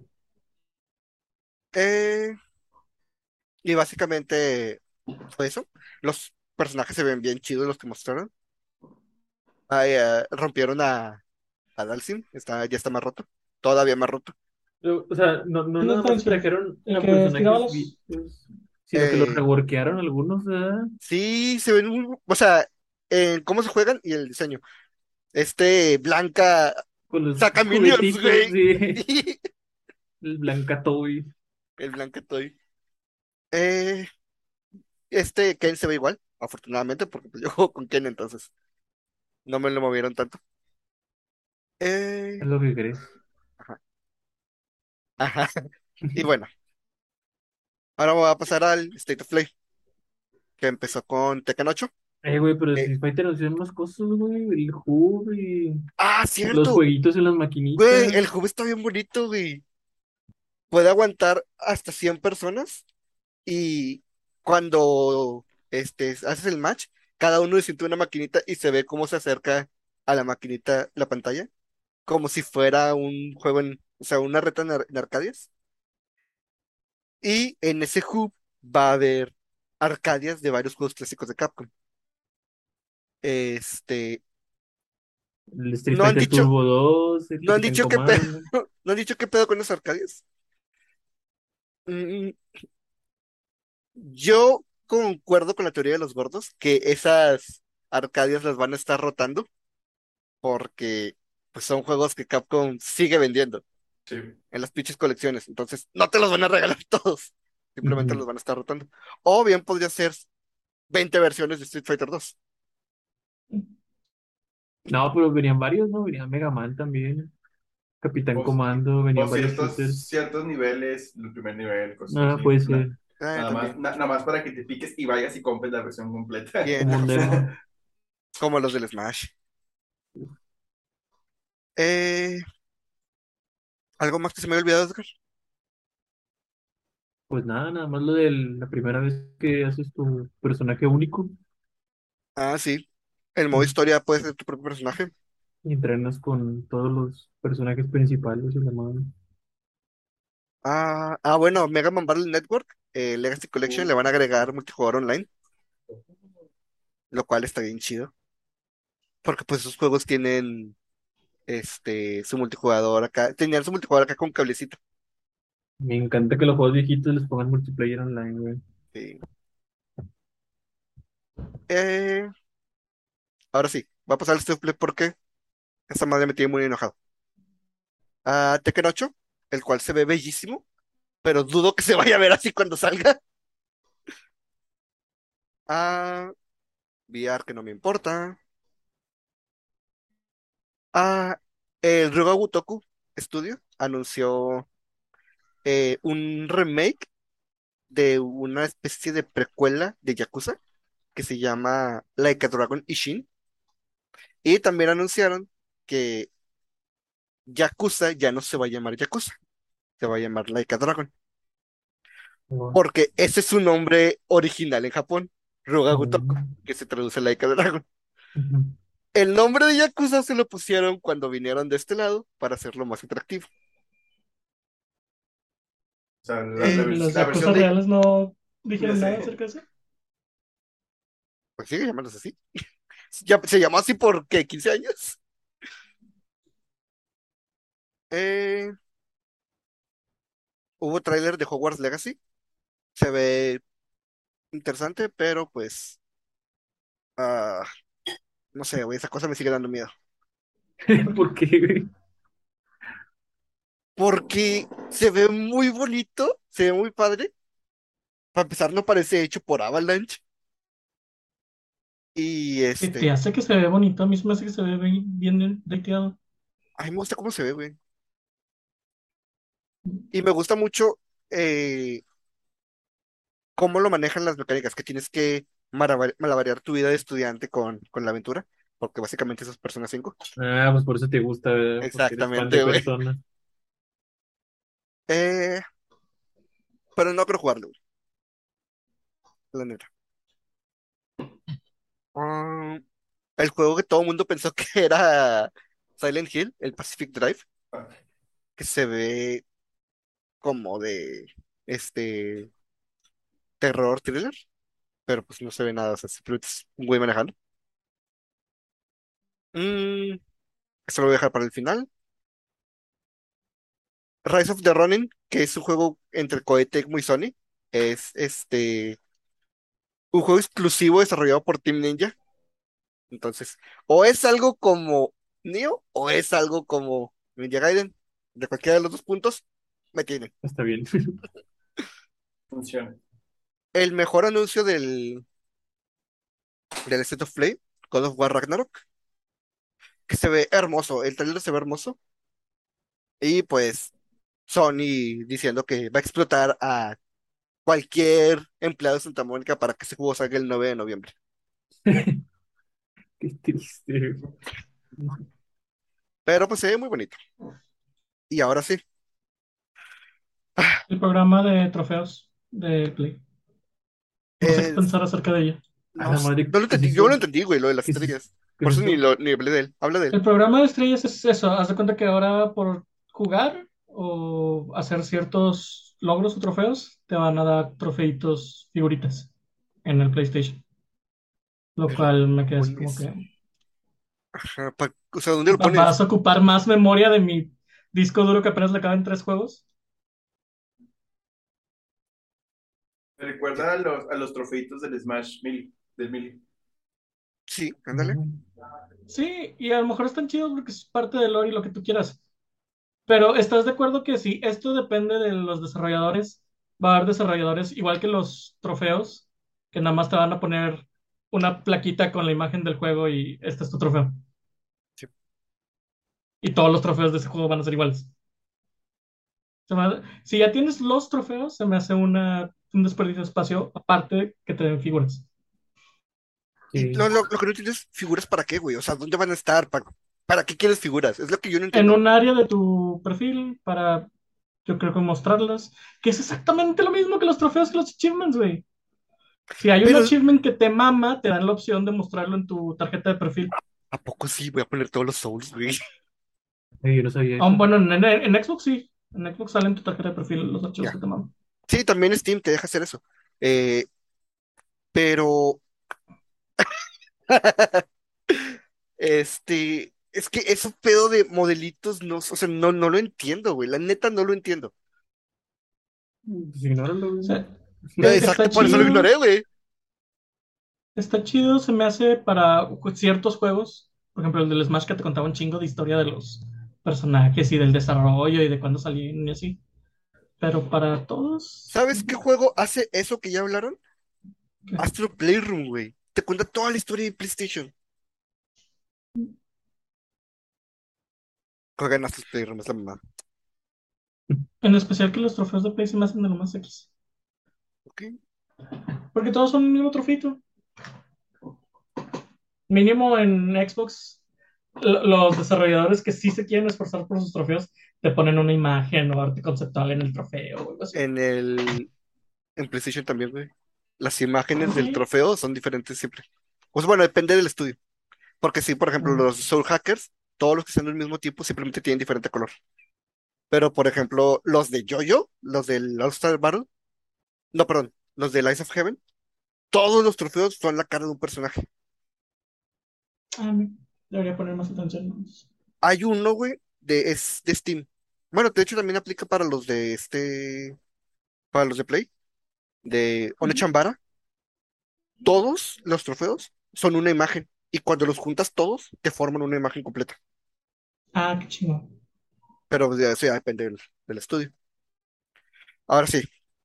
Eh, y básicamente fue eso. Los personajes se ven bien chidos los que mostraron. Ay, eh, rompieron a, a Dalsim, está, ya está más roto. Todavía más roto. Pero, o sea, no, no ¿Dónde nada está más el Sim? trajeron El a que estiraba personajes los. viejos, sino que los Eh, reworkearon algunos, ¿verdad? sí, se ven muy, o sea, en cómo se juegan y el diseño. Este Blanca Con los saca minions, juguetitos, güey. sí. El Blanca Toy. El Blanca Toy. Eh, este Ken se ve igual, afortunadamente, porque pues, yo juego con Ken, entonces no me lo movieron tanto. Eh, Es lo que crees. ajá, ajá. Y bueno, ahora voy a pasar al State of Play, que empezó con Tekken ocho. Eh, güey, pero Eh, Street Fighter hicieron más cosas, güey. El hub y ah, los cierto, jueguitos en las güey, maquinitas. el juego está bien bonito, güey. Puede aguantar hasta cien personas y cuando este, haces el match, cada uno siente una maquinita y se ve cómo se acerca a la maquinita la pantalla, como si fuera un juego en, o sea, una reta en, ar- en Arcadias. Y en ese hub va a haber Arcadias de varios juegos clásicos de Capcom. Este, El Street no han Fighter dicho, Turbo dos, el no han Capitán dicho qué pedo, Comando. no han dicho qué pedo con las Arcadias. Mm, Yo concuerdo con la teoría de los gordos, que esas Arcadias las van a estar rotando porque pues son juegos que Capcom sigue vendiendo Sí. en las pinches colecciones. Entonces, no te los van a regalar todos. Simplemente Ujú. los van a estar rotando. O bien podría ser veinte versiones de Street Fighter dos. No, pero venían varios, ¿no? Venía Mega Man también. Capitán O, Comando, o venían varios ciertos, shooters. ciertos niveles, el primer nivel, cosas Ah, así. puede Na- ser. Ah, nada más, también. na- nada más para que te piques y vayas y compres la versión completa. Bien, Como un demo. como los del Smash. Eh, ¿Algo más que se me había olvidado, Edgar? Pues nada, nada más lo de la primera vez que haces tu personaje único Ah, sí. El modo y, historia puede ser tu propio personaje. y entrenas con todos los personajes principales y la madre. Ah, ah, bueno, Mega Man Battle Network, eh, Legacy Collection, le van a agregar multijugador online, lo cual está bien chido. Porque pues esos juegos tienen este su multijugador acá, tenían su multijugador acá con cablecito. Me encanta que los juegos viejitos les pongan multiplayer online, güey. Sí. Eh, ahora sí, va a pasar el Play porque esta madre me tiene muy enojado. Ah, Tekken ocho, el cual se ve bellísimo, pero dudo que se vaya a ver así cuando salga. Ah, V R que no me importa. Ah, el Ryuga Gotoku Studio anunció eh, un remake de una especie de precuela de Yakuza que se llama Like a Dragon Ishin. Y también anunciaron que Yakuza ya no se va a llamar Yakuza, se va a llamar Like a Dragon, Wow. porque ese es su nombre original en Japón, Ruga Gotoku, Mm, que se traduce Like a Dragon. ujú. El nombre de Yakuza se lo pusieron cuando vinieron de este lado para hacerlo más atractivo. O sea, la, la Eh, ¿Y vers- los la versión Yakuza de, reales no de dijeron nada ese. acerca de eso? pues sigue llamándose así. Ya, se llamó así por, ¿qué? ¿quince años? Eh, Hubo tráiler de Hogwarts Legacy. Se ve interesante, pero pues, ah, no sé, güey, esa cosa me sigue dando miedo. ¿Por qué, güey? Porque se ve muy bonito, se ve muy padre. Para empezar, no parece hecho por Avalanche. Y Se te este, hace que se ve bonito, a mí se me hace que se ve bien, bien dateado. a mí me gusta cómo se ve, güey. Y me gusta mucho eh, cómo lo manejan las mecánicas, que tienes que marava- malabarear tu vida de estudiante con, con la aventura, porque básicamente esas personas cinco. Ah, pues por eso te gusta, ¿verdad? Porque eres fan de Exactamente, güey. Persona. Eh, pero no quiero jugarlo, güey, la neta. Ah, el juego que todo el mundo pensó que era Silent Hill, el Pacific Drive, que se ve como de este terror thriller, pero pues no se ve nada, o sea, simplemente es un güey manejando. Mm, Eso lo voy a dejar para el final. Rise of the Ronin, que es un juego entre Koei Tecmo y Sony, es este un juego exclusivo desarrollado por Team Ninja. Entonces, o es algo como Neo o es algo como Ninja Gaiden. De cualquiera de los dos puntos, me tienen. Está bien. funciona. El mejor anuncio del, del State of Play, God of War Ragnarok, que se ve hermoso. El trailer se ve hermoso. Y pues Sony diciendo que va a explotar a cualquier empleado de Santa Mónica para que ese juego salga el nueve de noviembre. Qué triste. Pero pues se ve muy bonito. Y ahora sí. El programa de trofeos de Play. No sé qué Es, pensar acerca de ella. A no, la s- madre, no lo ¿qué es entendí, yo lo eso? entendí, güey, lo de las ¿Qué es eso? estrellas. ¿Qué Por es eso ni, eso? lo, ni hablé de él. Habla de él. El programa de estrellas es eso. Haz de cuenta que ahora por jugar o hacer ciertos logros o trofeos, te van a dar trofeitos, figuritas en el PlayStation. Lo Pero cual me quedé así como pones. que Ajá, pa- o sea, ¿dónde lo "Va- pones? vas a ocupar más memoria de mi disco duro que apenas le caben tres juegos". Me recuerda a los, a los trofeitos del Smash Melee, del Melee. Sí, ándale. No. Sí, y a lo mejor están chidos porque es parte del lore y lo que tú quieras. Pero ¿estás de acuerdo que si esto depende de los desarrolladores, va a haber desarrolladores igual que los trofeos, que nada más te van a poner una plaquita con la imagen del juego y este es tu trofeo? Sí. Y todos los trofeos de ese juego van a ser iguales. Se me ha- si ya tienes los trofeos, se me hace una, un desperdicio de espacio aparte que te den figuras. Y Sí. lo, lo, lo que no entiendo es figuras para qué, güey. O sea, ¿dónde van a estar? ¿Para, para qué quieres figuras? Es lo que yo no En entiendo. un área de tu perfil para, yo creo que mostrarlas, que es exactamente lo mismo que los trofeos que los achievements, güey. Si hay un Pero, achievement que te mama, te dan la opción de mostrarlo en tu tarjeta de perfil. ¿a poco sí voy a poner todos los souls, güey? Ay, yo no sabía Ah, eso. bueno, en, en- en Xbox sí. En Xbox salen en tu tarjeta de perfil los archivos Ya. que te maman. Sí, también Steam te deja hacer eso. Eh, pero, este, es que ese pedo de modelitos, no, o sea, no, no lo entiendo, güey. La neta no lo entiendo. Pues ignóralo, O güey. sea, Eh, e- está Exacto, por eso lo chido. ignoré, güey. Está chido, se me hace para ciertos juegos. Por ejemplo, el del Smash que te contaba un chingo de historia de los personajes y del desarrollo y de cuándo salían y así. Pero para todos, ¿Sabes qué juego hace eso que ya hablaron? ¿qué? Astro Playroom, güey. Te cuenta toda la historia de PlayStation. Juegan Astro Playroom, es la mamá. En especial que los trofeos de Play se me hacen de lo más X. qué? Porque todos son el mismo trofito. Mínimo en Xbox, l- los desarrolladores que sí se quieren esforzar por sus trofeos te ponen una imagen o arte conceptual en el trofeo o algo así. En el, en PlayStation también, güey. Las imágenes del Sí. trofeo son diferentes siempre. Pues bueno, depende del estudio. Porque sí, por ejemplo, Mm. los Soul Hackers, todos los que son del mismo tipo simplemente tienen diferente color. Pero, por ejemplo, los de JoJo, los del All-Star Battle, no, perdón, los de Lies of Heaven, todos los trofeos son la cara de un personaje. Ah, me- debería poner más atención. Hay uno, güey, de, es de Steam. Bueno, de hecho también aplica para los de este, para los de Play, de Ujú. Onechambara. Todos los trofeos son una imagen. Y cuando los juntas todos, te forman una imagen completa. Ah, qué chingo. Pero pues, ya, eso ya depende del, del estudio. Ahora sí,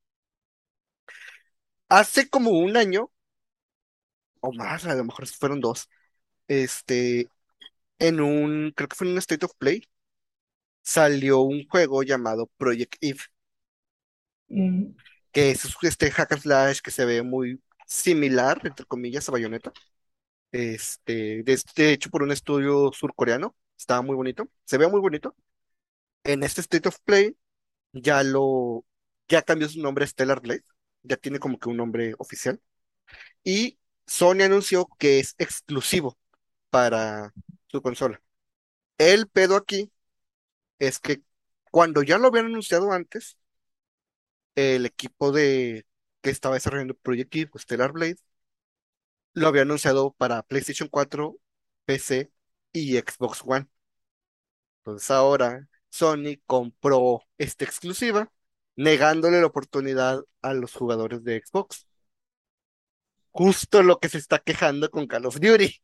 hace como un año, o más, a lo mejor fueron dos, este, en un, creo que fue en un State of Play, salió un juego llamado Project Eve, Mm, que es este hack and slash que se ve muy similar, entre comillas, a Bayonetta. Este, de, de hecho, por un estudio surcoreano, estaba muy bonito, se ve muy bonito. En este State of Play ya lo, ya cambió su nombre a Stellar Blade, ya tiene como que un nombre oficial. Y Sony anunció que es exclusivo para su consola. El pedo aquí es que cuando ya lo habían anunciado antes, el equipo de que estaba desarrollando Project Eve, o Stellar Blade, lo había anunciado para PlayStation cuatro, P C y Xbox One. Entonces ahora Sony compró esta exclusiva, negándole la oportunidad a los jugadores de Xbox. Justo lo que se está quejando con Call of Duty.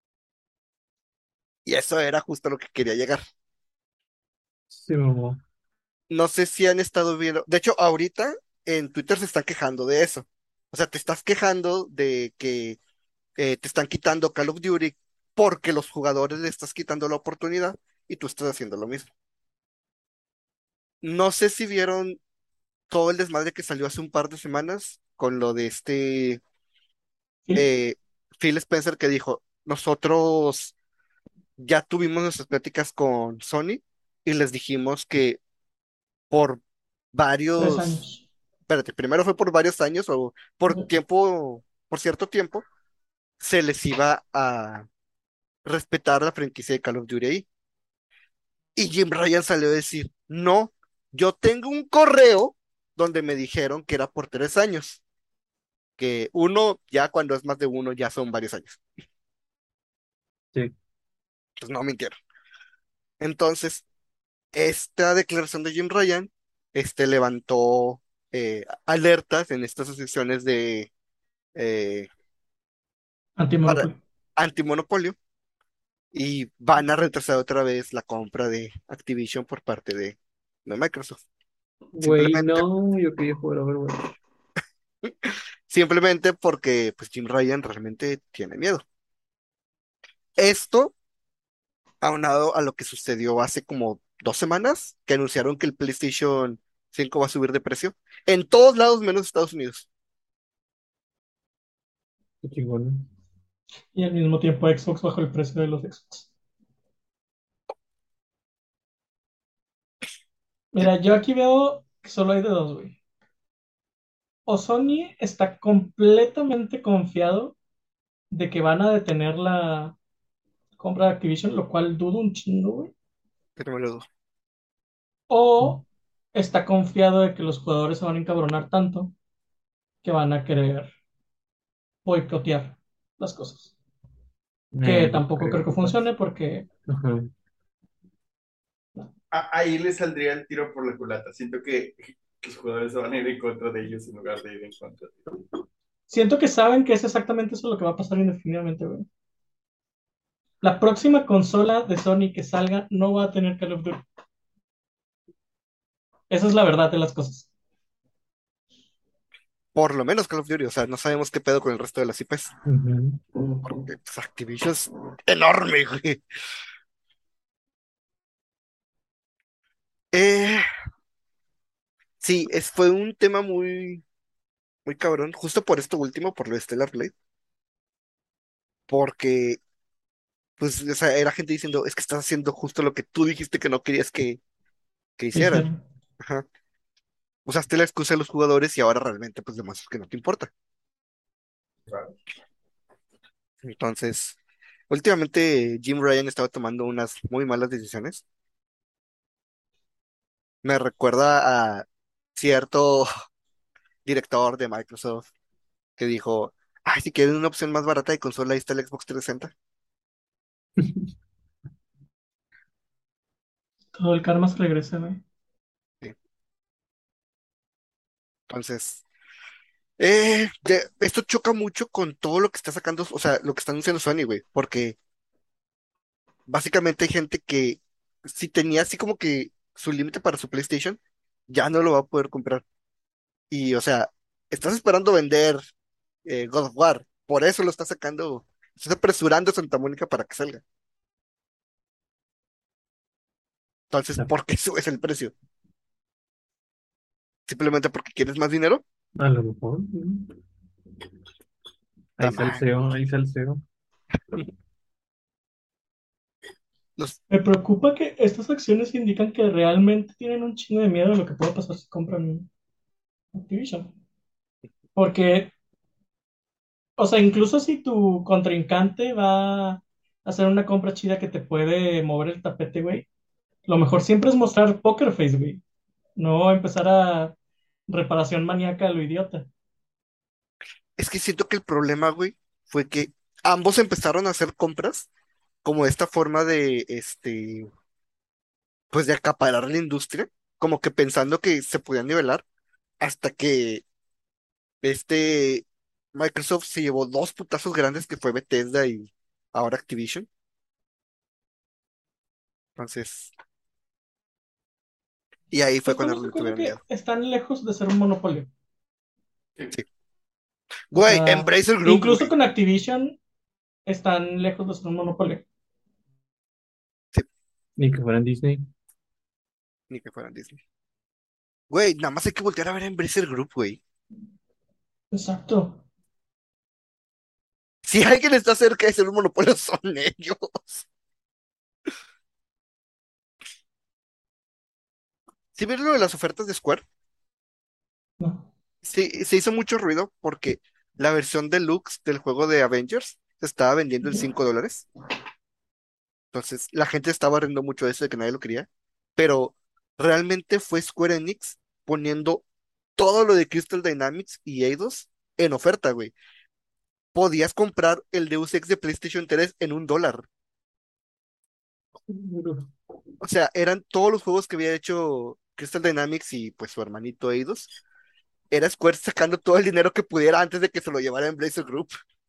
Y eso era justo lo que quería llegar. Sí, mamá. No sé si han estado viendo. De hecho, ahorita en Twitter se están quejando de eso. O sea, te estás quejando de que eh, te están quitando Call of Duty porque los jugadores le estás quitando la oportunidad y tú estás haciendo lo mismo. No sé si vieron todo el desmadre que salió hace un par de semanas con lo de este sí. eh, Phil Spencer que dijo, nosotros ya tuvimos nuestras pláticas con Sony y les dijimos que por Tres varios, años. espérate, primero fue por varios años o por tiempo, por cierto tiempo, se les iba a respetar la franquicia de Call of Duty ahí. Y Jim Ryan salió a decir, no, yo tengo un correo donde me dijeron que era por tres años, que uno, ya cuando es más de uno, ya son varios años. Sí. Pues no mintieron. Entonces, esta declaración de Jim Ryan, este levantó eh, alertas en estas asociaciones de eh, para Antimonopolio. antimonopolio y van a retrasar otra vez la compra de Activision por parte de, de Microsoft. Güey, Simplemente, no, yo quería jugar Overwatch. simplemente porque pues Jim Ryan realmente tiene miedo. Esto aunado a lo que sucedió hace como dos semanas, que anunciaron que el PlayStation cinco va a subir de precio en todos lados menos Estados Unidos. Qué chingón. Y al mismo tiempo Xbox bajo el precio de los Xbox. Mira, yo aquí veo que solo hay de dos, güey. O Sony está completamente confiado de que van a detener la compra de Activision, lo cual dudo un chingo, güey. Pero me lo dudo. O está confiado de que los jugadores se van a encabronar tanto que van a querer boicotear las cosas. Que Eh, no tampoco creo creo que que pase. funcione porque Ajá. A- ahí le saldría el tiro por la culata. Siento que, que los jugadores se van a ir en contra de ellos en lugar de ir en contra de ellos. siento que saben que es exactamente eso lo que va a pasar indefinidamente, güey. La próxima consola de Sony que salga no va a tener Call of Duty. Esa es la verdad de las cosas. Por lo menos Call of Duty, o sea, no sabemos qué pedo con el resto de las I Ps, Ujú. porque pues, Activision es enorme, güey. Eh, sí, es, fue un tema muy, muy cabrón, justo por esto último, por lo de Stellar Blade, porque, pues, o sea, era gente diciendo, es que estás haciendo justo lo que tú dijiste que no querías que, que hicieran. Hicieron. Ajá. Usaste la excusa de los jugadores y ahora realmente, pues, demuestras que no te importa. Claro. Entonces, últimamente Jim Ryan estaba tomando unas muy malas decisiones. Me recuerda a cierto director de Microsoft que dijo, ay, si quieren una opción más barata de consola, ahí está el Xbox trescientos sesenta. Todo el karma se regresa, güey. Sí. Entonces, eh, de- esto choca mucho con todo lo que está sacando, o sea, lo que está anunciando Sony, güey, porque básicamente hay gente que si tenía así como que su límite para su PlayStation, ya no lo va a poder comprar. Y, o sea, estás esperando vender eh, God of War, por eso lo está sacando, estás apresurando a Santa Mónica para que salga. Entonces, ¿por qué subes el precio? ¿Simplemente porque quieres más dinero? A lo mejor. ¿no? Está Hay mal. salseo, hay salseo. Los, Me preocupa que estas acciones indican que realmente tienen un chingo de miedo de lo que puede pasar si compran Activision. Porque, o sea, incluso si tu contrincante va a hacer una compra chida que te puede mover el tapete, güey, lo mejor siempre es mostrar Poker Face, güey. No empezar a reparación maníaca a lo idiota. es que siento que el problema, güey, fue que ambos empezaron a hacer compras como esta forma de, este, pues de acaparar la industria, como que pensando que se podían nivelar, hasta que este Microsoft se llevó dos putazos grandes que fue Bethesda y ahora Activision. Entonces, y ahí fue Pues cuando estamos de le acuerdo tuvieron que miedo. están lejos de ser un monopolio. Sí. Sí. O Güey, sea, Embracer Group, incluso güey. con Activision están lejos de ser un monopolio. Sí, Ni que fueran Disney. ni que fueran Disney. Güey, nada más hay que voltear a ver a Embracer Group, güey. Exacto. Si alguien está cerca de ser un monopolio, son ellos. Si vieron lo de las ofertas de Square, No. sí, se hizo mucho ruido porque la versión deluxe del juego de Avengers se estaba vendiendo en cinco dólares. Entonces, la gente estaba riendo mucho de eso de que nadie lo quería. Pero realmente fue Square Enix poniendo todo lo de Crystal Dynamics y Eidos en oferta, güey. Podías comprar el Deus Ex de PlayStation tres en un dólar. O sea, eran todos los juegos que había hecho Crystal Dynamics y pues su hermanito Eidos. Era Square sacando todo el dinero que pudiera antes de que se lo llevara Embracer Group.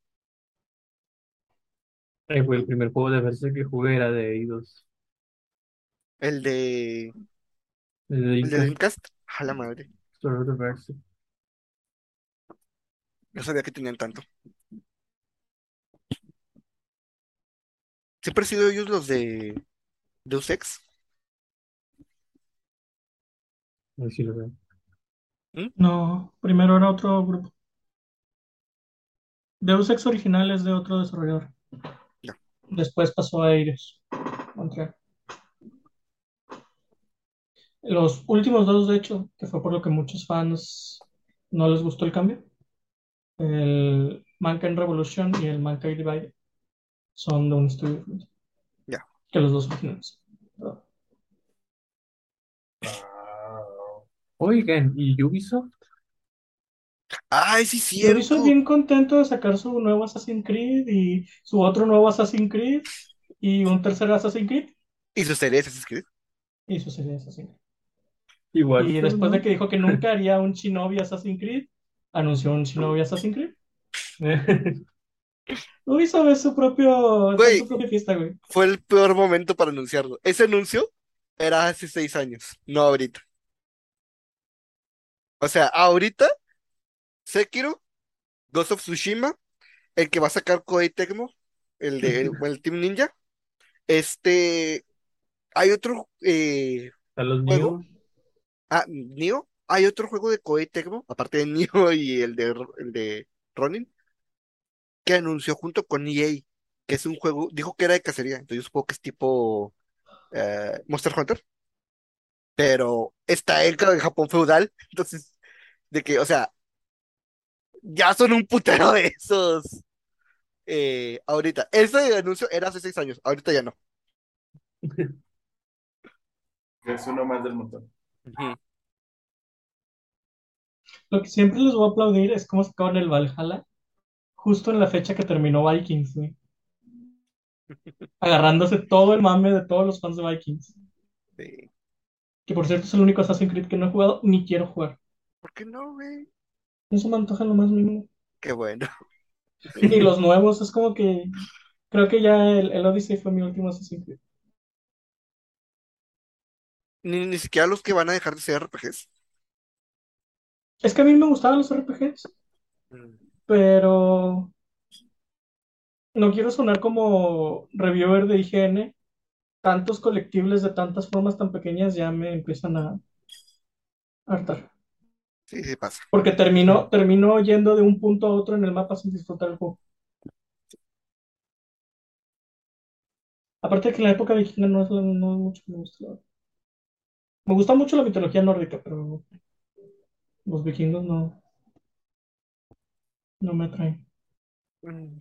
Eh, güey, el primer juego de verse que jugué era de Eidos. El de, De el de Dreamcast. Dreamcast, a la madre. Story of the Verse. No sabía que tenían tanto. Siempre han sido ellos los de Deus Ex. Ahí sí lo veo. ¿Mm? No, primero era otro grupo. Deus Ex original es de otro desarrollador. No. Después pasó a Eidos. Montreal. Los últimos dos, de hecho, que fue por lo que muchos fans no les gustó el cambio, el Mankind Revolution y el Mankind Divided, son de un estudio diferente Ya. que los dos originales. Perdón. Wow. Oigan, ¿y Ubisoft? Ay, sí, Yo vi soy cierto. bien contento de sacar su nuevo Assassin's Creed y su otro nuevo Assassin's Creed y un tercer Assassin's Creed Y su serie Assassin's Creed. y su serie de Assassin's Creed. Igual, Y pero después de no. que dijo que nunca haría un Shinobi Assassin's Creed, anunció un Shinobi Assassin's Creed. Ubisoft es su propio, está en Güey, su propia fiesta, güey. fue el peor momento para anunciarlo. Ese anuncio era hace seis años, no ahorita. O sea, ahorita, Sekiro, Ghost of Tsushima, el que va a sacar Koei Tecmo, el de el, el Team Ninja. Este, hay otro eh, A los juego, New. ah, Nioh, Hay otro juego de Koei Tecmo, aparte de Nioh y el de, el de Ronin, que anunció junto con E A, que es un juego, dijo que era de cacería, entonces yo supongo que es tipo eh, Monster Hunter, pero está en en Japón feudal, entonces, de que, o sea, ya son un putero de esos eh, ahorita. Ese anuncio era hace seis años, ahorita ya no. Es uno más del montón. Ujú. Lo que siempre les voy a aplaudir es cómo sacaron el Valhalla justo en la fecha que terminó Vikings, güey. Agarrándose todo el mame de todos los fans de Vikings. Sí. Que por cierto es el único Assassin's Creed que no he jugado ni quiero jugar. ¿Por qué no, güey? No se me antoja lo más mínimo. Qué bueno. Y los nuevos es como que creo que ya el, el Odyssey fue mi último Assassin's Creed. Ni, ni siquiera los que van a dejar de ser R P Gs. Es que a mí me gustaban los R P Gs, Mm. pero no quiero sonar como reviewer de I G N. Tantos colectibles de tantas formas tan pequeñas ya me empiezan a hartar. Sí, sí pasa. Porque terminó, terminó yendo de un punto a otro en el mapa sin disfrutar el juego. Aparte de que en la época vikinga no es, lo- no es mucho que me gusta. la verdad. Me gusta mucho la mitología nórdica, pero los vikingos no, no me atraen. Mm.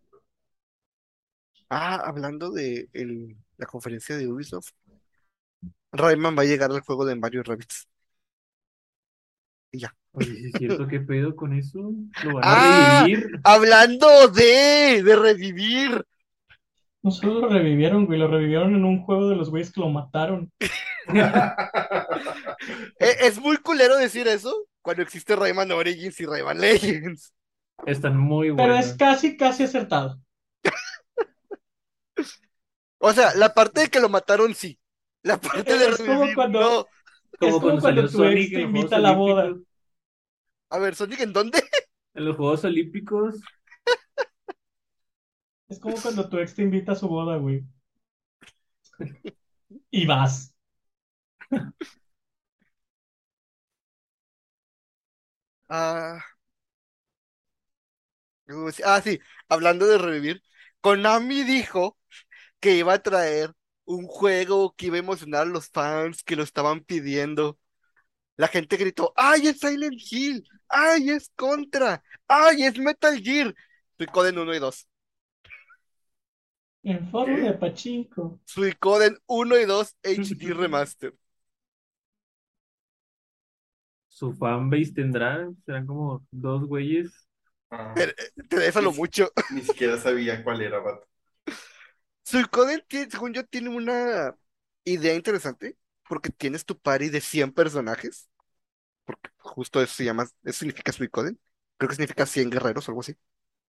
Ah, hablando de el- la conferencia de Ubisoft, Rayman va a llegar al juego de Mario Rabbids. Y ya. Oye, sí es cierto, ¿qué pedo con eso? ¿Lo van a Ah, revivir? hablando de, de revivir. No solo lo revivieron, güey, lo revivieron en un juego de los güeyes que lo mataron. E- Es muy culero decir eso cuando existe Rayman Origins y Rayman Legends. Están muy Pero es buenos. casi, casi acertado. O sea, la parte de que lo mataron, sí. La E- parte de e- Es como revivir, cuando, no. es Como como cuando salió cuando tu Sonic ex en te los Juegos invita a la boda. Olímpicos. A ver, Sonic, ¿en dónde? En los Juegos Olímpicos. Es como cuando tu ex te invita a su boda, güey. Y vas. Ah, uh, sí, ah, sí, hablando de revivir, Konami dijo que iba a traer un juego que iba a emocionar a los fans que lo estaban pidiendo. La gente gritó, ¡ay, es Silent Hill! ¡Ay, es Contra! ¡Ay, es Metal Gear! Suicoden uno y dos. En forma de ¿Qué? pachinko. Suicoden uno y dos H D Remaster. Su fanbase tendrá, serán como dos güeyes. Ah, Pero, eh, te des a ni, lo si- mucho. ni siquiera sabía cuál era, vato. Suicoden, tiene- según yo, tiene una idea interesante, porque tienes tu party de cien personajes, porque justo eso se llama, eso significa Suicoden. Creo que significa cien guerreros o algo así.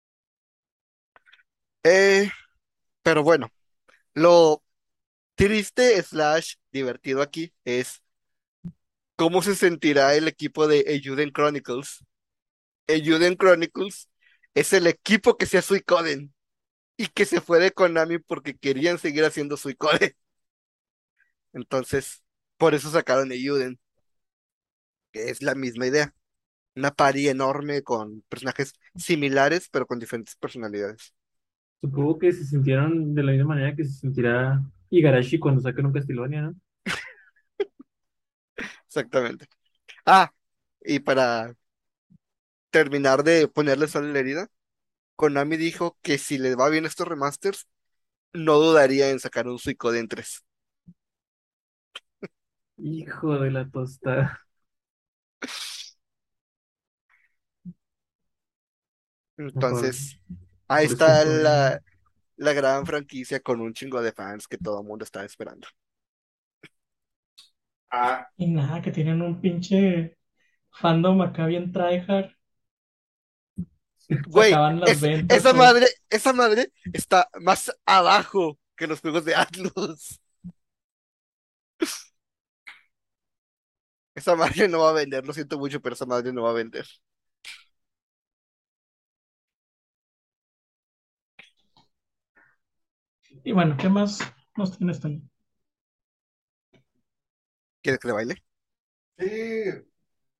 Eh, pero bueno, lo triste slash divertido aquí es cómo se sentirá el equipo de Eiyuden Chronicles. Eiyuden Chronicles es el equipo que sea Suicoden y que se fue de Konami porque querían seguir haciendo Suicoden. Entonces, por eso sacaron Eiyuden, que es la misma idea. Una party enorme con personajes similares, pero con diferentes personalidades. Supongo que se sintieron de la misma manera que se sentirá Igarashi cuando saquen un Castlevania, ¿no? Exactamente. Ah, y para terminar de ponerle sal a la herida, Konami dijo que si les va bien estos remasters, no dudaría en sacar un Suicoden tres. Hijo de la tostada. Mejor, Entonces, ahí mejor está escogen. la, la gran franquicia con un chingo de fans que todo el mundo está esperando. Ah, Y nada, que tienen un pinche fandom acá bien tryhard. Se Güey, acaban las es, ventas, esa todo. madre, esa madre está más abajo que los juegos de Atlus. Esa madre no va a vender, lo siento mucho, pero esa madre no va a vender. Y bueno, ¿qué más nos tienes, Tony? ¿Quieres que le baile? sí.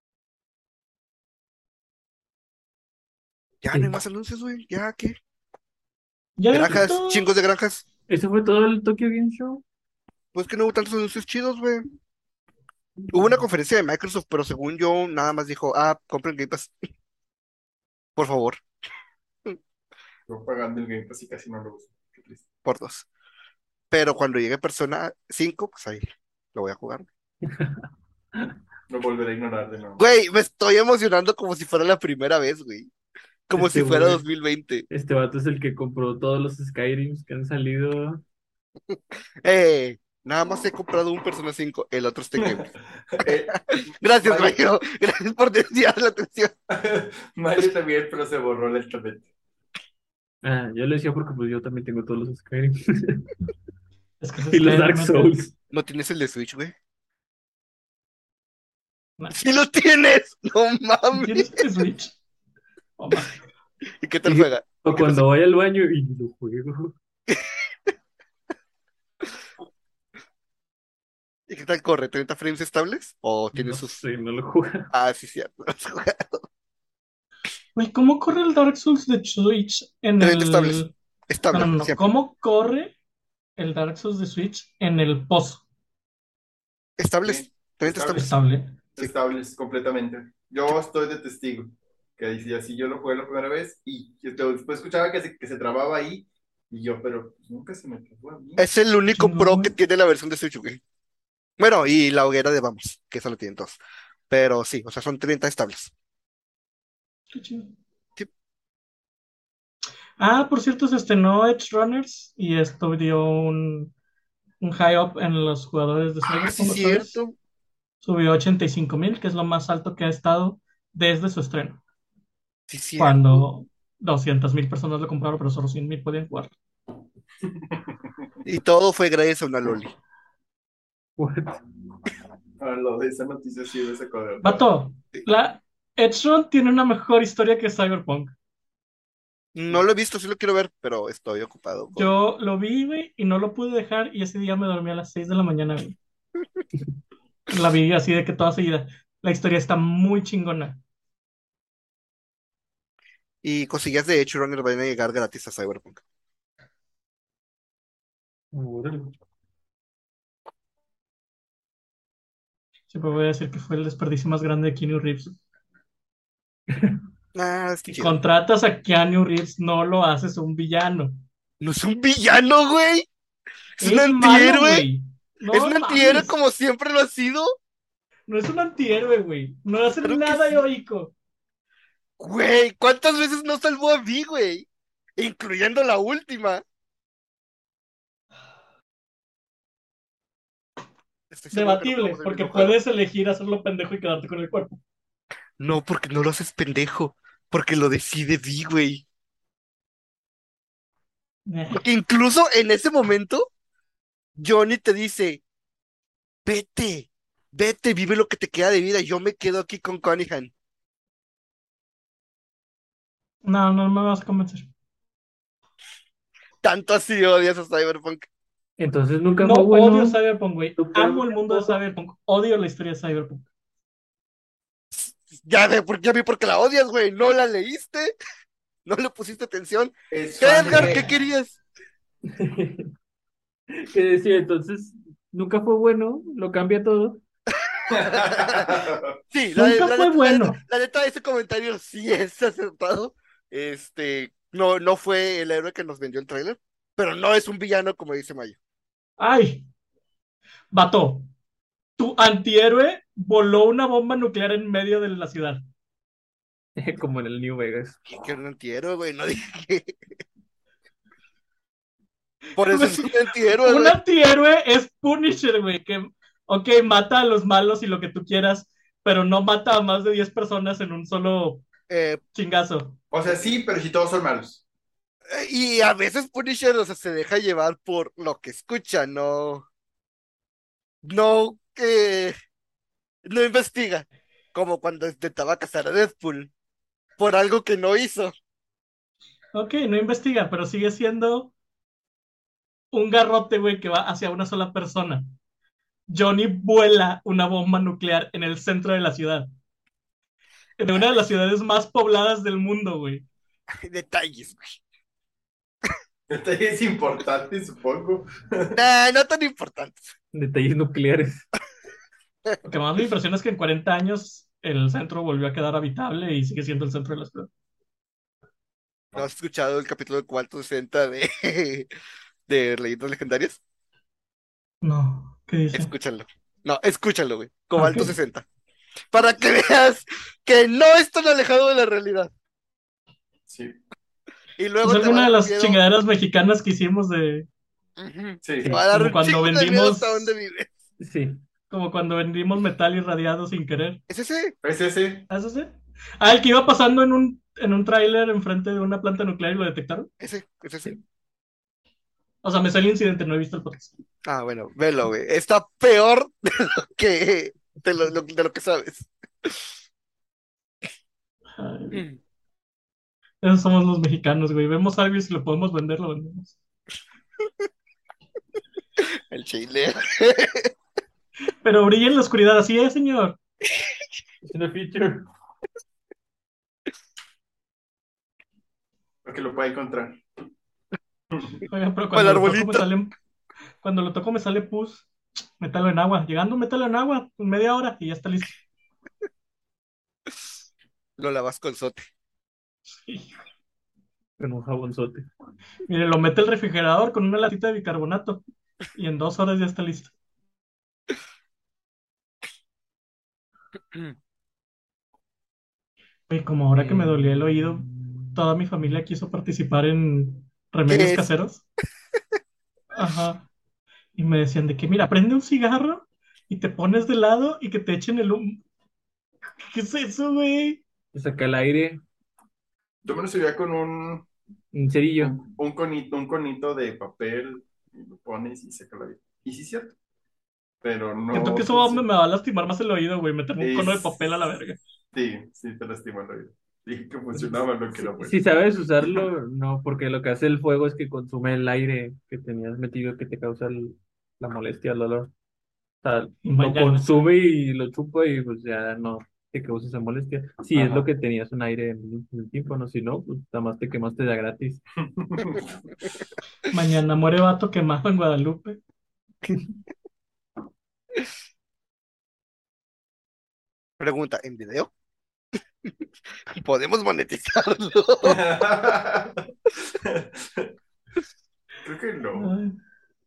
Ya Sí. no hay más anuncios, güey. Ya, ¿qué? Ya Granjas, quitó. chingos de granjas. ¿Ese fue todo el Tokyo Game Show? Pues que no hubo tantos anuncios chidos, güey. Hubo una conferencia de Microsoft, pero según yo, nada más dijo, ah, compren Game Pass, por favor, Yo pagando el Game Pass y casi no lo uso. Qué triste. por dos. Pero cuando llegue Persona cinco, pues ahí lo voy a jugar. Lo volveré a ignorar de nuevo. Güey, me estoy emocionando como si fuera la primera vez, güey. Como Este si fuera güey, dos mil veinte. este vato es el que compró todos los Skyrims que han salido. Eh, nada más he comprado un Persona cinco, el otro está en Game Pass. Eh, Gracias, Mario, Mario. Gracias por desviar la atención. Mario también, pero se borró lentamente. Ah, yo le decía porque pues yo también tengo todos los Skyrims. Es que Y los Dark Skyrim, Souls. ¿No tienes el de Switch, güey? nah. ¡Sí lo tienes! ¡No mames! ¿Tienes el Switch? Oh, ma. ¿Y qué tal Y- juega? O ¿Y qué tal se- cuando voy al baño y lo juego. ¿Y qué tal corre? ¿treinta frames estables? ¿O tiene No sus...? sé, no lo juego. Ah, sí, cierto. Güey, ¿cómo corre el Dark Souls de Switch en treinta estables. el... No, Estable, no, no. siempre. ¿Cómo corre el Dark Souls de Switch en el pozo? Estables. Bien, treinta estables. estables. Estable. Sí. Estables completamente. Yo estoy de testigo. Que decía, así yo lo jugué la primera vez y yo después escuchaba que se, que se trababa ahí y yo, pero pues, nunca se me trabó a mí. Es el único Chingón, pro güey. que tiene la versión de Switch, güey. Bueno, y la hoguera de Vamos, que eso lo tienen todos. Pero sí, o sea, son treinta estables. Qué chido. Sí. Ah, por cierto, se estrenó Edge Runners y esto dio un, un high up en los jugadores de Ah, sí, Cyberpunk otra vez. cierto. Subió a ochenta y cinco mil, que es lo más alto que ha estado desde su estreno. Sí, cierto. Cuando doscientas mil personas lo compraron, pero solo cien mil podían jugar. Y todo fue gracias a una Loli. What? Ah, lo de esa noticia sí me sacó de onda. Vato, la Edge Run tiene una mejor historia que Cyberpunk. No lo he visto, sí lo quiero ver, pero estoy ocupado. con- Yo lo vi, güey, y no lo pude dejar, y ese día me dormí a las seis de la mañana, güey. La vi así de que toda seguida. La historia está muy chingona. Y cosillas de Edge Runner van a llegar gratis a Cyberpunk. Órale. Siempre voy a decir que fue el desperdicio más grande de Keanu Reeves. Ah, está Si chido. contratas a Keanu Reeves, no lo haces un villano. No es un villano, güey. Es un Es malo, antihéroe. güey. No Es un antihéroe mames. como siempre lo ha sido. No es un antihéroe, güey. No hace Claro que nada sí. heroico. Güey, ¿cuántas veces no salvó a mí, güey? Incluyendo la última. Estoy seguro que no Debatible, jugamos el porque mismo juego. puedes elegir hacerlo pendejo y quedarte con el cuerpo. No, porque no lo haces pendejo. Porque lo decide Vi, güey. Eh, Porque incluso en ese momento, Johnny te dice, vete, vete, vive lo que te queda de vida. Yo me quedo aquí con Cunningham. No, no me vas a convencer. Tanto así odias a Cyberpunk. Entonces nunca No fue bueno. odio Cyberpunk, güey. Super Amo el Mario mundo de Bros. Cyberpunk. Odio la historia de Cyberpunk. Ya ve, por- ya vi por qué la odias, güey. No la leíste, no le pusiste atención. Es ¿Qué, fan de Edgar? que- ¿Qué querías? Que decía, entonces nunca fue bueno, lo cambia todo. Sí, la, Nunca la fue neta- bueno. La, neta- la neta, ese comentario sí es acertado. Este, no, no fue el héroe que nos vendió el tráiler, pero no es un villano como dice Mayo. Ay, vato. Tu antihéroe voló una bomba nuclear en medio de la ciudad. Como en el New Vegas. Dije que era un antihéroe, güey, no dije. Por eso es un antihéroe, Un güey. antihéroe es Punisher, güey. Que, ok, mata a los malos y lo que tú quieras, pero no mata a más de diez personas en un solo Eh, chingazo. O sea, sí, pero si todos son malos. y a veces Punisher, o sea, se deja llevar por lo que escucha, no, no, eh, no investiga. Como cuando intentaba cazar a Deadpool por algo que no hizo. Ok, no investiga, pero sigue siendo un garrote, güey, que va hacia una sola persona. Johnny vuela una bomba nuclear en el centro de la ciudad. De una de las ciudades más pobladas del mundo, güey. Detalles, güey. Detalle es importante, supongo. Nah, no tan importantes. Detalles nucleares. Lo que más me impresiona es que en cuarenta años el centro volvió a quedar habitable y sigue siendo el centro de la ciudad. ¿No has escuchado el capítulo de Cuarto sesenta de, de Leyendas Legendarias? No, ¿qué dice? Escúchalo. No, escúchalo, güey. Ok. Cobalto sesenta. Para que veas que no es tan alejado de la realidad. Sí, Y Es luego te va a alguna de dar las miedo. chingaderas mexicanas que hicimos de, Ujú. sí. Te va a dar como un cuando chingo de miedo hasta vendimos, dónde vive. Sí. como cuando vendimos metal irradiado sin querer. ¿Es ese? Es ese. ¿Ah, ¿eso sí? Ah, el que iba pasando en un, en un tráiler enfrente de una planta nuclear y lo detectaron. Ese, es ese. O sea, me salió el incidente, no he visto el podcast. Ah, bueno, velo, güey. Está peor de lo que, de lo, lo- de lo que sabes. Ay, Mm. esos somos los mexicanos, güey. Vemos algo y si lo podemos vender, lo vendemos. El chile. Pero brilla en la oscuridad, así es, señor. Es una feature. Porque lo puede encontrar. Oiga, pero Para el cuando lo toco me arbolito. sale, cuando lo toco me sale pus. Métalo en agua. Llegando, métalo en agua, en media hora y ya está listo. Lo lavas con sote. Sí. Con un jabonzote. Mire, lo mete el refrigerador con una latita de bicarbonato y en dos horas ya está listo. Y como ahora que me dolía el oído, toda mi familia quiso participar en remedios ¿Qué es? caseros. Ajá. Y me decían de que, mira, prende un cigarro y te pones de lado y que te echen el humo. ¿Qué es eso, güey? Te saca el aire. Yo me lo subía con un, Un cerillo. un, un conito, un conito de papel y lo pones y se la vida. Y sí, es cierto. Pero Siento que no eso va- me, funciona. me va a lastimar más el oído, güey. Meterme un cono de Es... papel a la verga. Sí, sí, te lastima el oído. Dije que funcionaba lo que Si, no fue. si sabes usarlo, no, porque lo que hace el fuego es que consume el aire que tenías metido que te causa el- la molestia, el dolor. O sea, Y lo mañana. consume y lo chupa y pues ya no te causa esa molestia. Si es lo Ajá. que tenías un aire en, en el tímpano, si no, pues nada más te quemaste de a gratis. Mañana muere vato quemado en Guadalupe. Pregunta, ¿en video? ¿Podemos monetizarlo? Creo que no. Ay,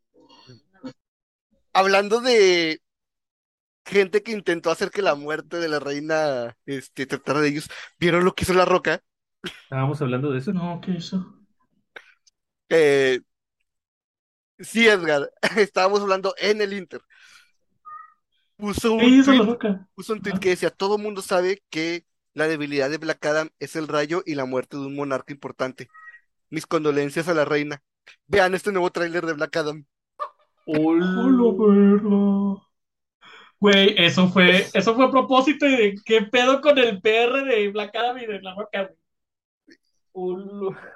Hablando de gente que intentó hacer que la muerte de la reina este, tratara de ellos, ¿vieron lo que hizo La Roca? Estábamos hablando de eso. no, ¿qué hizo? Eh, sí, Edgar, estábamos hablando en el Inter. Puso ¿Qué un hizo tweet, la roca? puso un tweet Ah, que decía, todo mundo sabe que la debilidad de Black Adam es el rayo y la muerte de un monarca importante. Mis condolencias a la reina. Vean este nuevo tráiler de Black Adam. Jolo, ¡Hola! verlo. Güey, eso fue, eso fue a propósito de qué pedo con el P R de Black Adam y de la roca, güey. ¡Hola!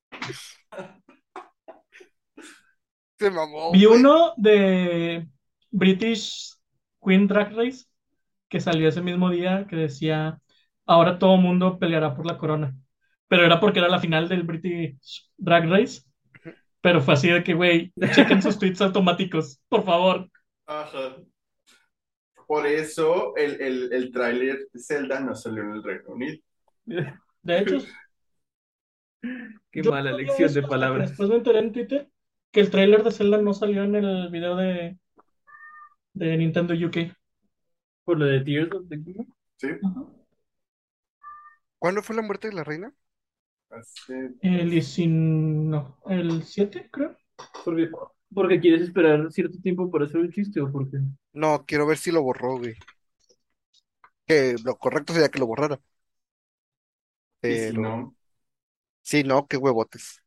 Se mamó, Vi güey. uno de British Queen Drag Race que salió ese mismo día que decía, ahora todo mundo peleará por la corona. Pero era porque era la final del British Drag Race. Pero fue así de que, güey, chequen sus tweets automáticos, por favor. Ajá. Por eso el, el, el tráiler de Zelda no salió en el Reino Unido. De hecho, Qué yo no mala sabía lección eso de hasta que palabras. después me enteré en Twitter que el tráiler de Zelda no salió en el video de, de Nintendo U K. Por lo de Tears of the Kingdom. ¿Sí? Ajá. ¿Cuándo fue la muerte de la reina? Hace... El diecinueve, no, el siete, creo. Porque, porque quieres esperar cierto tiempo para hacer un chiste o porque. No, quiero ver si lo borró, güey. Que lo correcto sería que lo borrara. Y si Pero no... sí, no, qué huevotes.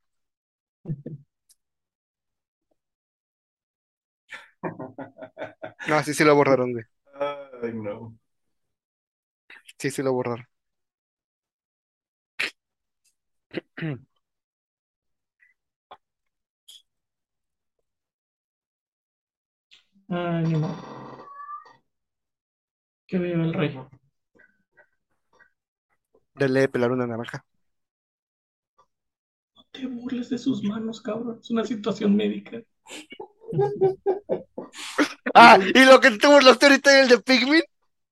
No, sí, sí lo borraron, güey. Ay, no. Sí, sí lo borraron. Ay, ni modo. Que vive el rey. Dele de pelar una naranja. te burles de sus manos, cabrón. Es una situación médica. Ah, y lo que te burlaste ahorita en el de Pikmin,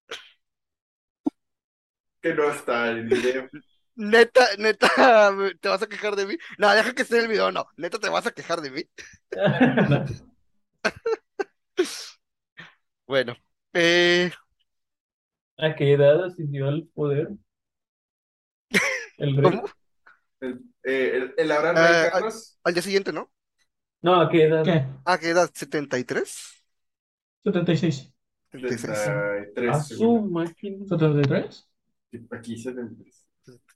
Que no está en el video. neta, neta, ¿te vas a quejar de mí? No, deja que esté en el video, no. Neta, ¿te vas a quejar de mí? No. Bueno, eh, ¿A qué edad ascendió al poder el rey? ¿cómo? El, eh, el, el ahora rey Ah, al, Carlos. al día siguiente, ¿no? No, ¿a qué edad? ¿Qué? Ah, ¿qué edad? ¿setenta y tres? ¿setenta y seis? ¿setenta y seis? setenta y tres, A según su yo. máquina. ¿setenta y tres? Aquí setenta y tres.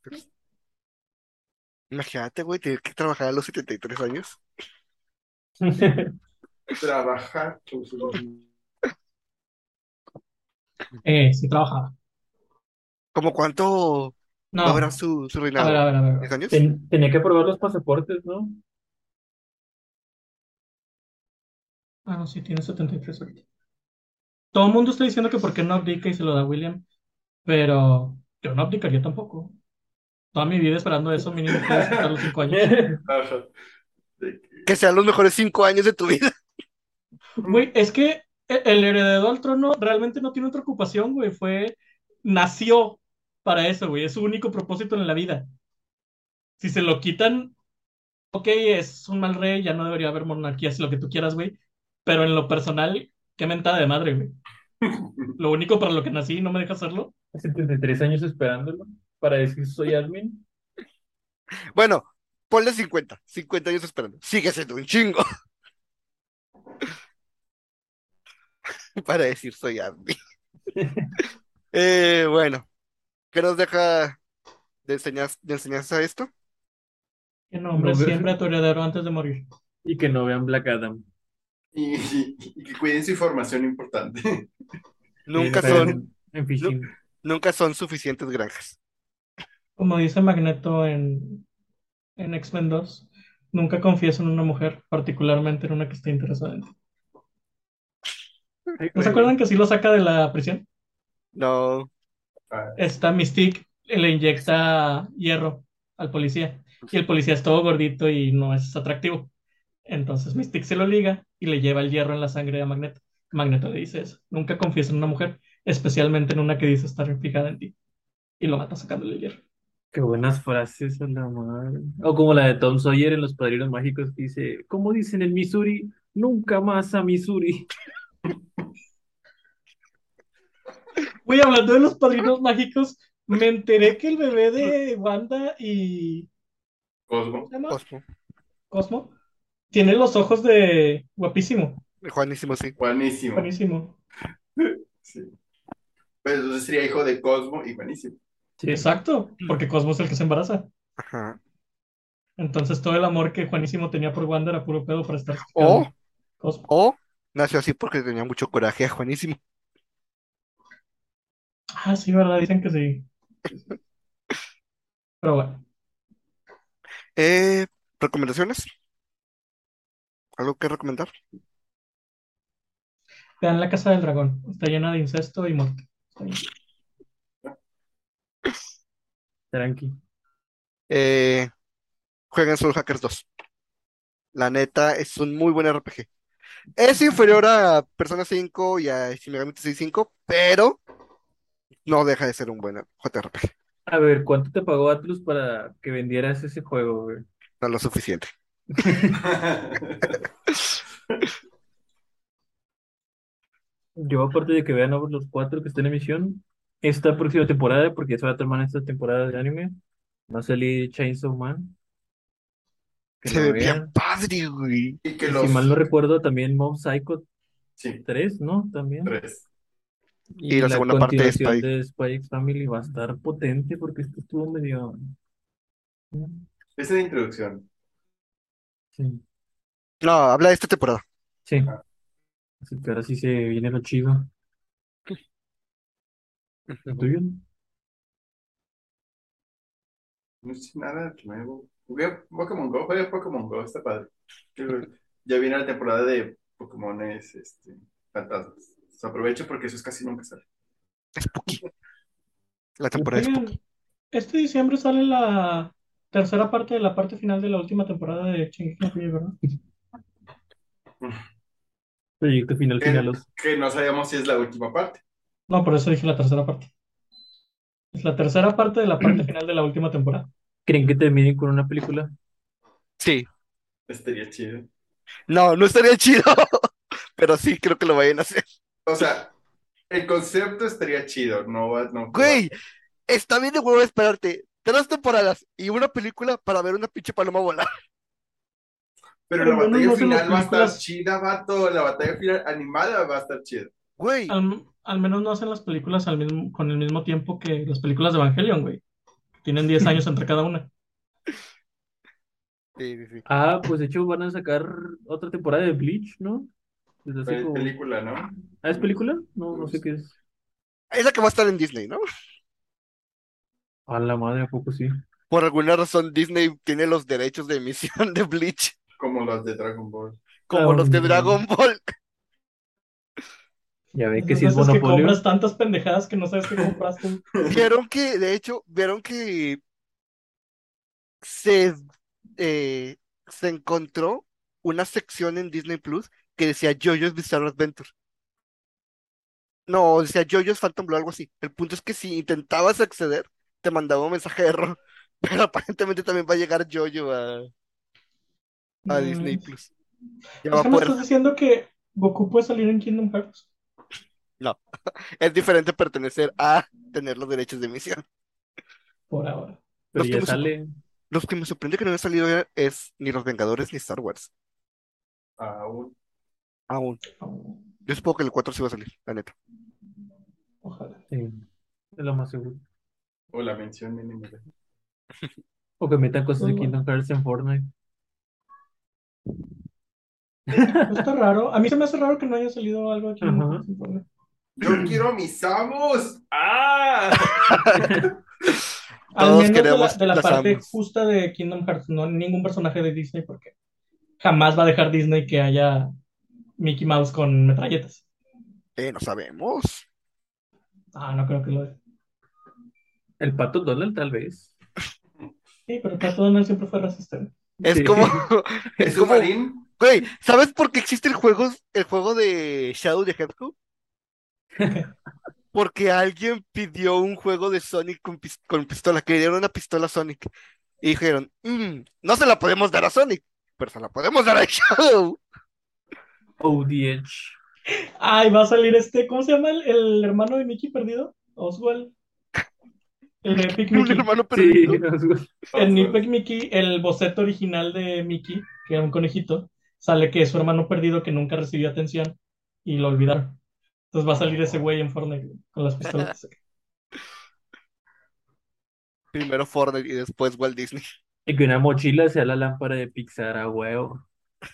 Imagínate, güey, tener que trabajar a los setenta y tres años. Trabajar. Eh, sí trabajaba. ¿Cómo cuánto va a durar No. su, su A ver, reinado? a ver, a ver. ¿diez años? Ten- tenía que probar los pasaportes, ¿no? Ah, no, sí, tiene setenta y tres ahorita. Todo el mundo está diciendo que por qué no abdica y se lo da a William, pero yo no abdicaría tampoco. Toda mi vida esperando eso, mínimo quiero disfrutar los cinco años. Ajá. De que- Que sean los mejores cinco años de tu vida. Güey, es que e- el heredero al trono realmente no tiene otra ocupación, güey. Fue, nació para eso, güey. Es su único propósito en la vida. Si se lo quitan, ok, es un mal rey, ya no debería haber monarquía, si lo que tú quieras, güey. Pero en lo personal, qué mentada de madre, güey. Lo único para lo que nací y no me deja hacerlo. setenta y tres años esperándolo para decir soy admin. Bueno, ponle cincuenta. cincuenta años esperando. Sigue siendo un chingo para decir soy admin. Eh, bueno, ¿qué nos deja de enseñar, de enseñanza esto? Que nombre No veo- siempre a tu heredero antes de morir. Y que no vean Black Adam. Y, y- y que cuiden su información importante. Nunca Está son, en, en nu- phishing. nunca son suficientes granjas. Como dice Magneto en, en X-Men dos, nunca confíes en una mujer, particularmente en una que esté interesada en ti. Ay, ¿No se güey. acuerdan que sí lo saca de la prisión? No, Ah, Esta Mystique le inyecta hierro al policía y el policía es todo gordito y no es atractivo. Entonces Mystique se lo liga y le lleva el hierro en la sangre a Magneto. Magneto le dice eso, nunca confíes en una mujer, especialmente en una que dice estar fijada en ti. Y lo mata sacándole el hierro. Qué buenas frases a la madre. O como la de Tom Sawyer en Los Padrinos Mágicos que dice, como dicen en Missouri, nunca más a Missouri. Güey, hablando de los padrinos mágicos, me enteré que el bebé de Wanda y... ¿Cómo Cosmo. se llama? Cosmo. Cosmo. Tiene los ojos de... Guapísimo. Juanísimo, sí. Buenísimo. Buenísimo. Sí. Pues entonces sería hijo de Cosmo y buenísimo. Sí. Exacto, porque Cosmo es el que se embaraza. Ajá. Entonces todo el amor que Juanísimo tenía por Wanda era puro pedo para estar O, con Cosmo. o nació así porque tenía mucho coraje a Juanísimo. Ah, sí, ¿verdad? Dicen que sí. Pero bueno, Eh, ¿recomendaciones? ¿Algo que recomendar? vean La Casa del Dragón. Está llena de incesto y muerte. Está bien. Tranqui. Eh, jueguen Soul Hackers dos. La neta, es un muy buen R P G. Es inferior a Persona cinco y a Shin Megami Tensei cinco, pero no deja de ser un buen J R P G. A ver, ¿cuánto te pagó Atlus para que vendieras ese juego, güey? No lo suficiente. Yo, aparte de que vean los cuatro que están en emisión, esta próxima temporada, porque ya se va a terminar esta temporada de anime, va a salir Chainsaw Man, que Se lo ve bien vean. padre, güey. Y que Y los... si mal no recuerdo, también Mob Psycho Sí, tres, ¿no? También. tres. Y Y la la segunda parte de continuación Spy. de Spy X Family va a estar potente porque esto estuvo medio... Esa es la introducción. Sí, No, habla de esta temporada. sí. Así que ahora sí se viene lo chido. ¿Lo tuyo? No sé nada nuevo. Jugué Pokémon Go, jugué Pokémon Go, está padre. Que Ya viene la temporada de Pokémones este, fantasmas. Se aprovecho porque eso es casi nunca sale. Spooky. La temporada de Spooky. Oigan, este diciembre sale la tercera parte de la parte final de la última temporada de Shingeki no Kyojin, ¿verdad? Proyecto final, Que, finalos. que no sabíamos si es la última parte. No, por eso dije la tercera parte. Es la tercera parte de la parte final de la última temporada. ¿Creen que terminen con una película? Sí. Estaría chido. No, no estaría chido, pero sí creo que lo vayan a hacer. O sea, el concepto estaría chido, no va, no que va. Güey, está bien de huevo esperarte tres temporadas y una película para ver una pinche paloma volar. Pero Pero la al menos batalla no hacen las final va a estar películas, chida, vato. La batalla final animada va a estar chida. Güey, al, al menos no hacen las películas al mismo, con el mismo tiempo que las películas de Evangelion, güey. Tienen diez años entre cada una. sí, sí, sí. Ah, pues de hecho van a sacar otra temporada de Bleach, ¿no? Desde hace Es como... película, ¿no? ¿Ah, es película? No, no sé qué es. Es la que va a estar en Disney, ¿no? A la madre, ¿a poco sí? Por alguna razón Disney tiene los derechos de emisión de Bleach, Como las de Dragon Ball. como los de Dragon Ball. Ya ve que Esas sí es veces que monopolio. compras tantas pendejadas que no sabes qué compraste. Vieron que, de hecho, vieron que se, eh, se encontró una sección en Disney Plus que decía JoJo's Bizarre Adventure. No, decía JoJo's Phantom Blood, algo así. El punto es que si intentabas acceder, te mandaba un mensaje de error. Pero aparentemente también va a llegar JoJo a, a Disney Mm, Plus. Ya O va a sea, me poder. estás diciendo que Goku puede salir en Kingdom Hearts No, es diferente pertenecer a tener los derechos de emisión. por ahora. Pero Los que ya me, sor- sale. los que me sorprende que no haya salido ya es ni Los Vengadores ni Star Wars. Aún. Aún. Oh, Yo supongo que el cuatro sí va a salir, la neta. ojalá. Sí, es lo más seguro. O la mención mínima. de- O que metan cosas Pues de bueno, Kingdom Hearts en Fortnite. no está raro. A mí se me hace raro que no haya salido algo aquí en Ajá. Hearts Informe. Yo quiero mis Samus. ¡Ah! Al Todos menos de la, queremos de la las parte Samus. justa de Kingdom Hearts, no ningún personaje de Disney, porque jamás va a dejar Disney que haya Mickey Mouse con metralletas. Eh, no sabemos. Ah, no creo que lo deje. El Pato Donald, tal vez. Sí, pero Pato Donald siempre fue racista. Es Sí. como, es ¿Es un como, marín? güey, ¿sabes por qué existe el juego, el juego de Shadow the Hedgehog? Ok. Porque alguien pidió un juego de Sonic con, pis- con pistola, que le dieron una pistola a Sonic. Y dijeron, "Mm, no se la podemos dar a Sonic, pero se la podemos dar a Shadow." O D H. Ay, va a salir este, ¿cómo se llama el, el hermano de Mickey perdido? Oswald. El de Epic Un Mickey. hermano Sí, perdido. En Epic Mickey, el boceto original de Mickey, que era un conejito, sale que es su hermano perdido que nunca recibió atención y lo olvidaron. Entonces va a salir ese güey en Fortnite güey, con las pistolas. Primero Fortnite y después Walt Disney. Y que una mochila sea la lámpara de Pixar, a huevo.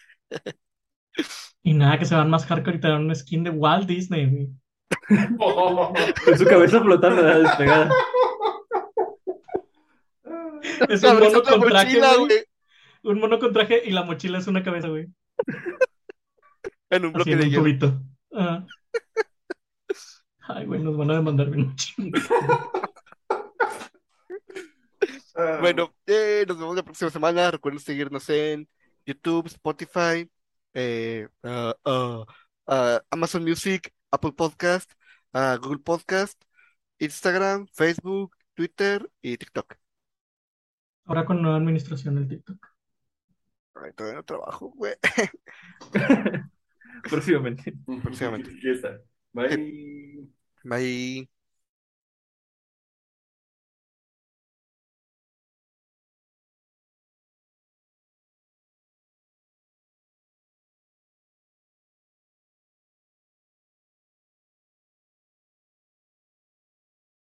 Y nada, que se van más hardcore y te dan un skin de Walt Disney, güey. Con su cabeza flotando, ¿verdad? Despegada. Es un Cabeza mono en la con traje, mochila, güey. güey. Un mono con traje y la mochila es una cabeza, güey. En un Así bloque en de un hielo. tubito. Ajá. Ay, güey, nos van a demandar bien mucho. Ah, Bueno, eh, nos vemos la próxima semana. Recuerden seguirnos en YouTube, Spotify, eh, ah, ah, ah, Amazon Music, Apple Podcast, ah, Google Podcast, Instagram, Facebook, Twitter y TikTok. Ahora con nueva administración el TikTok. Ay, todavía no trabajo, güey. Próximamente. Próximamente. Aquí está. Sí. Bye. Bye.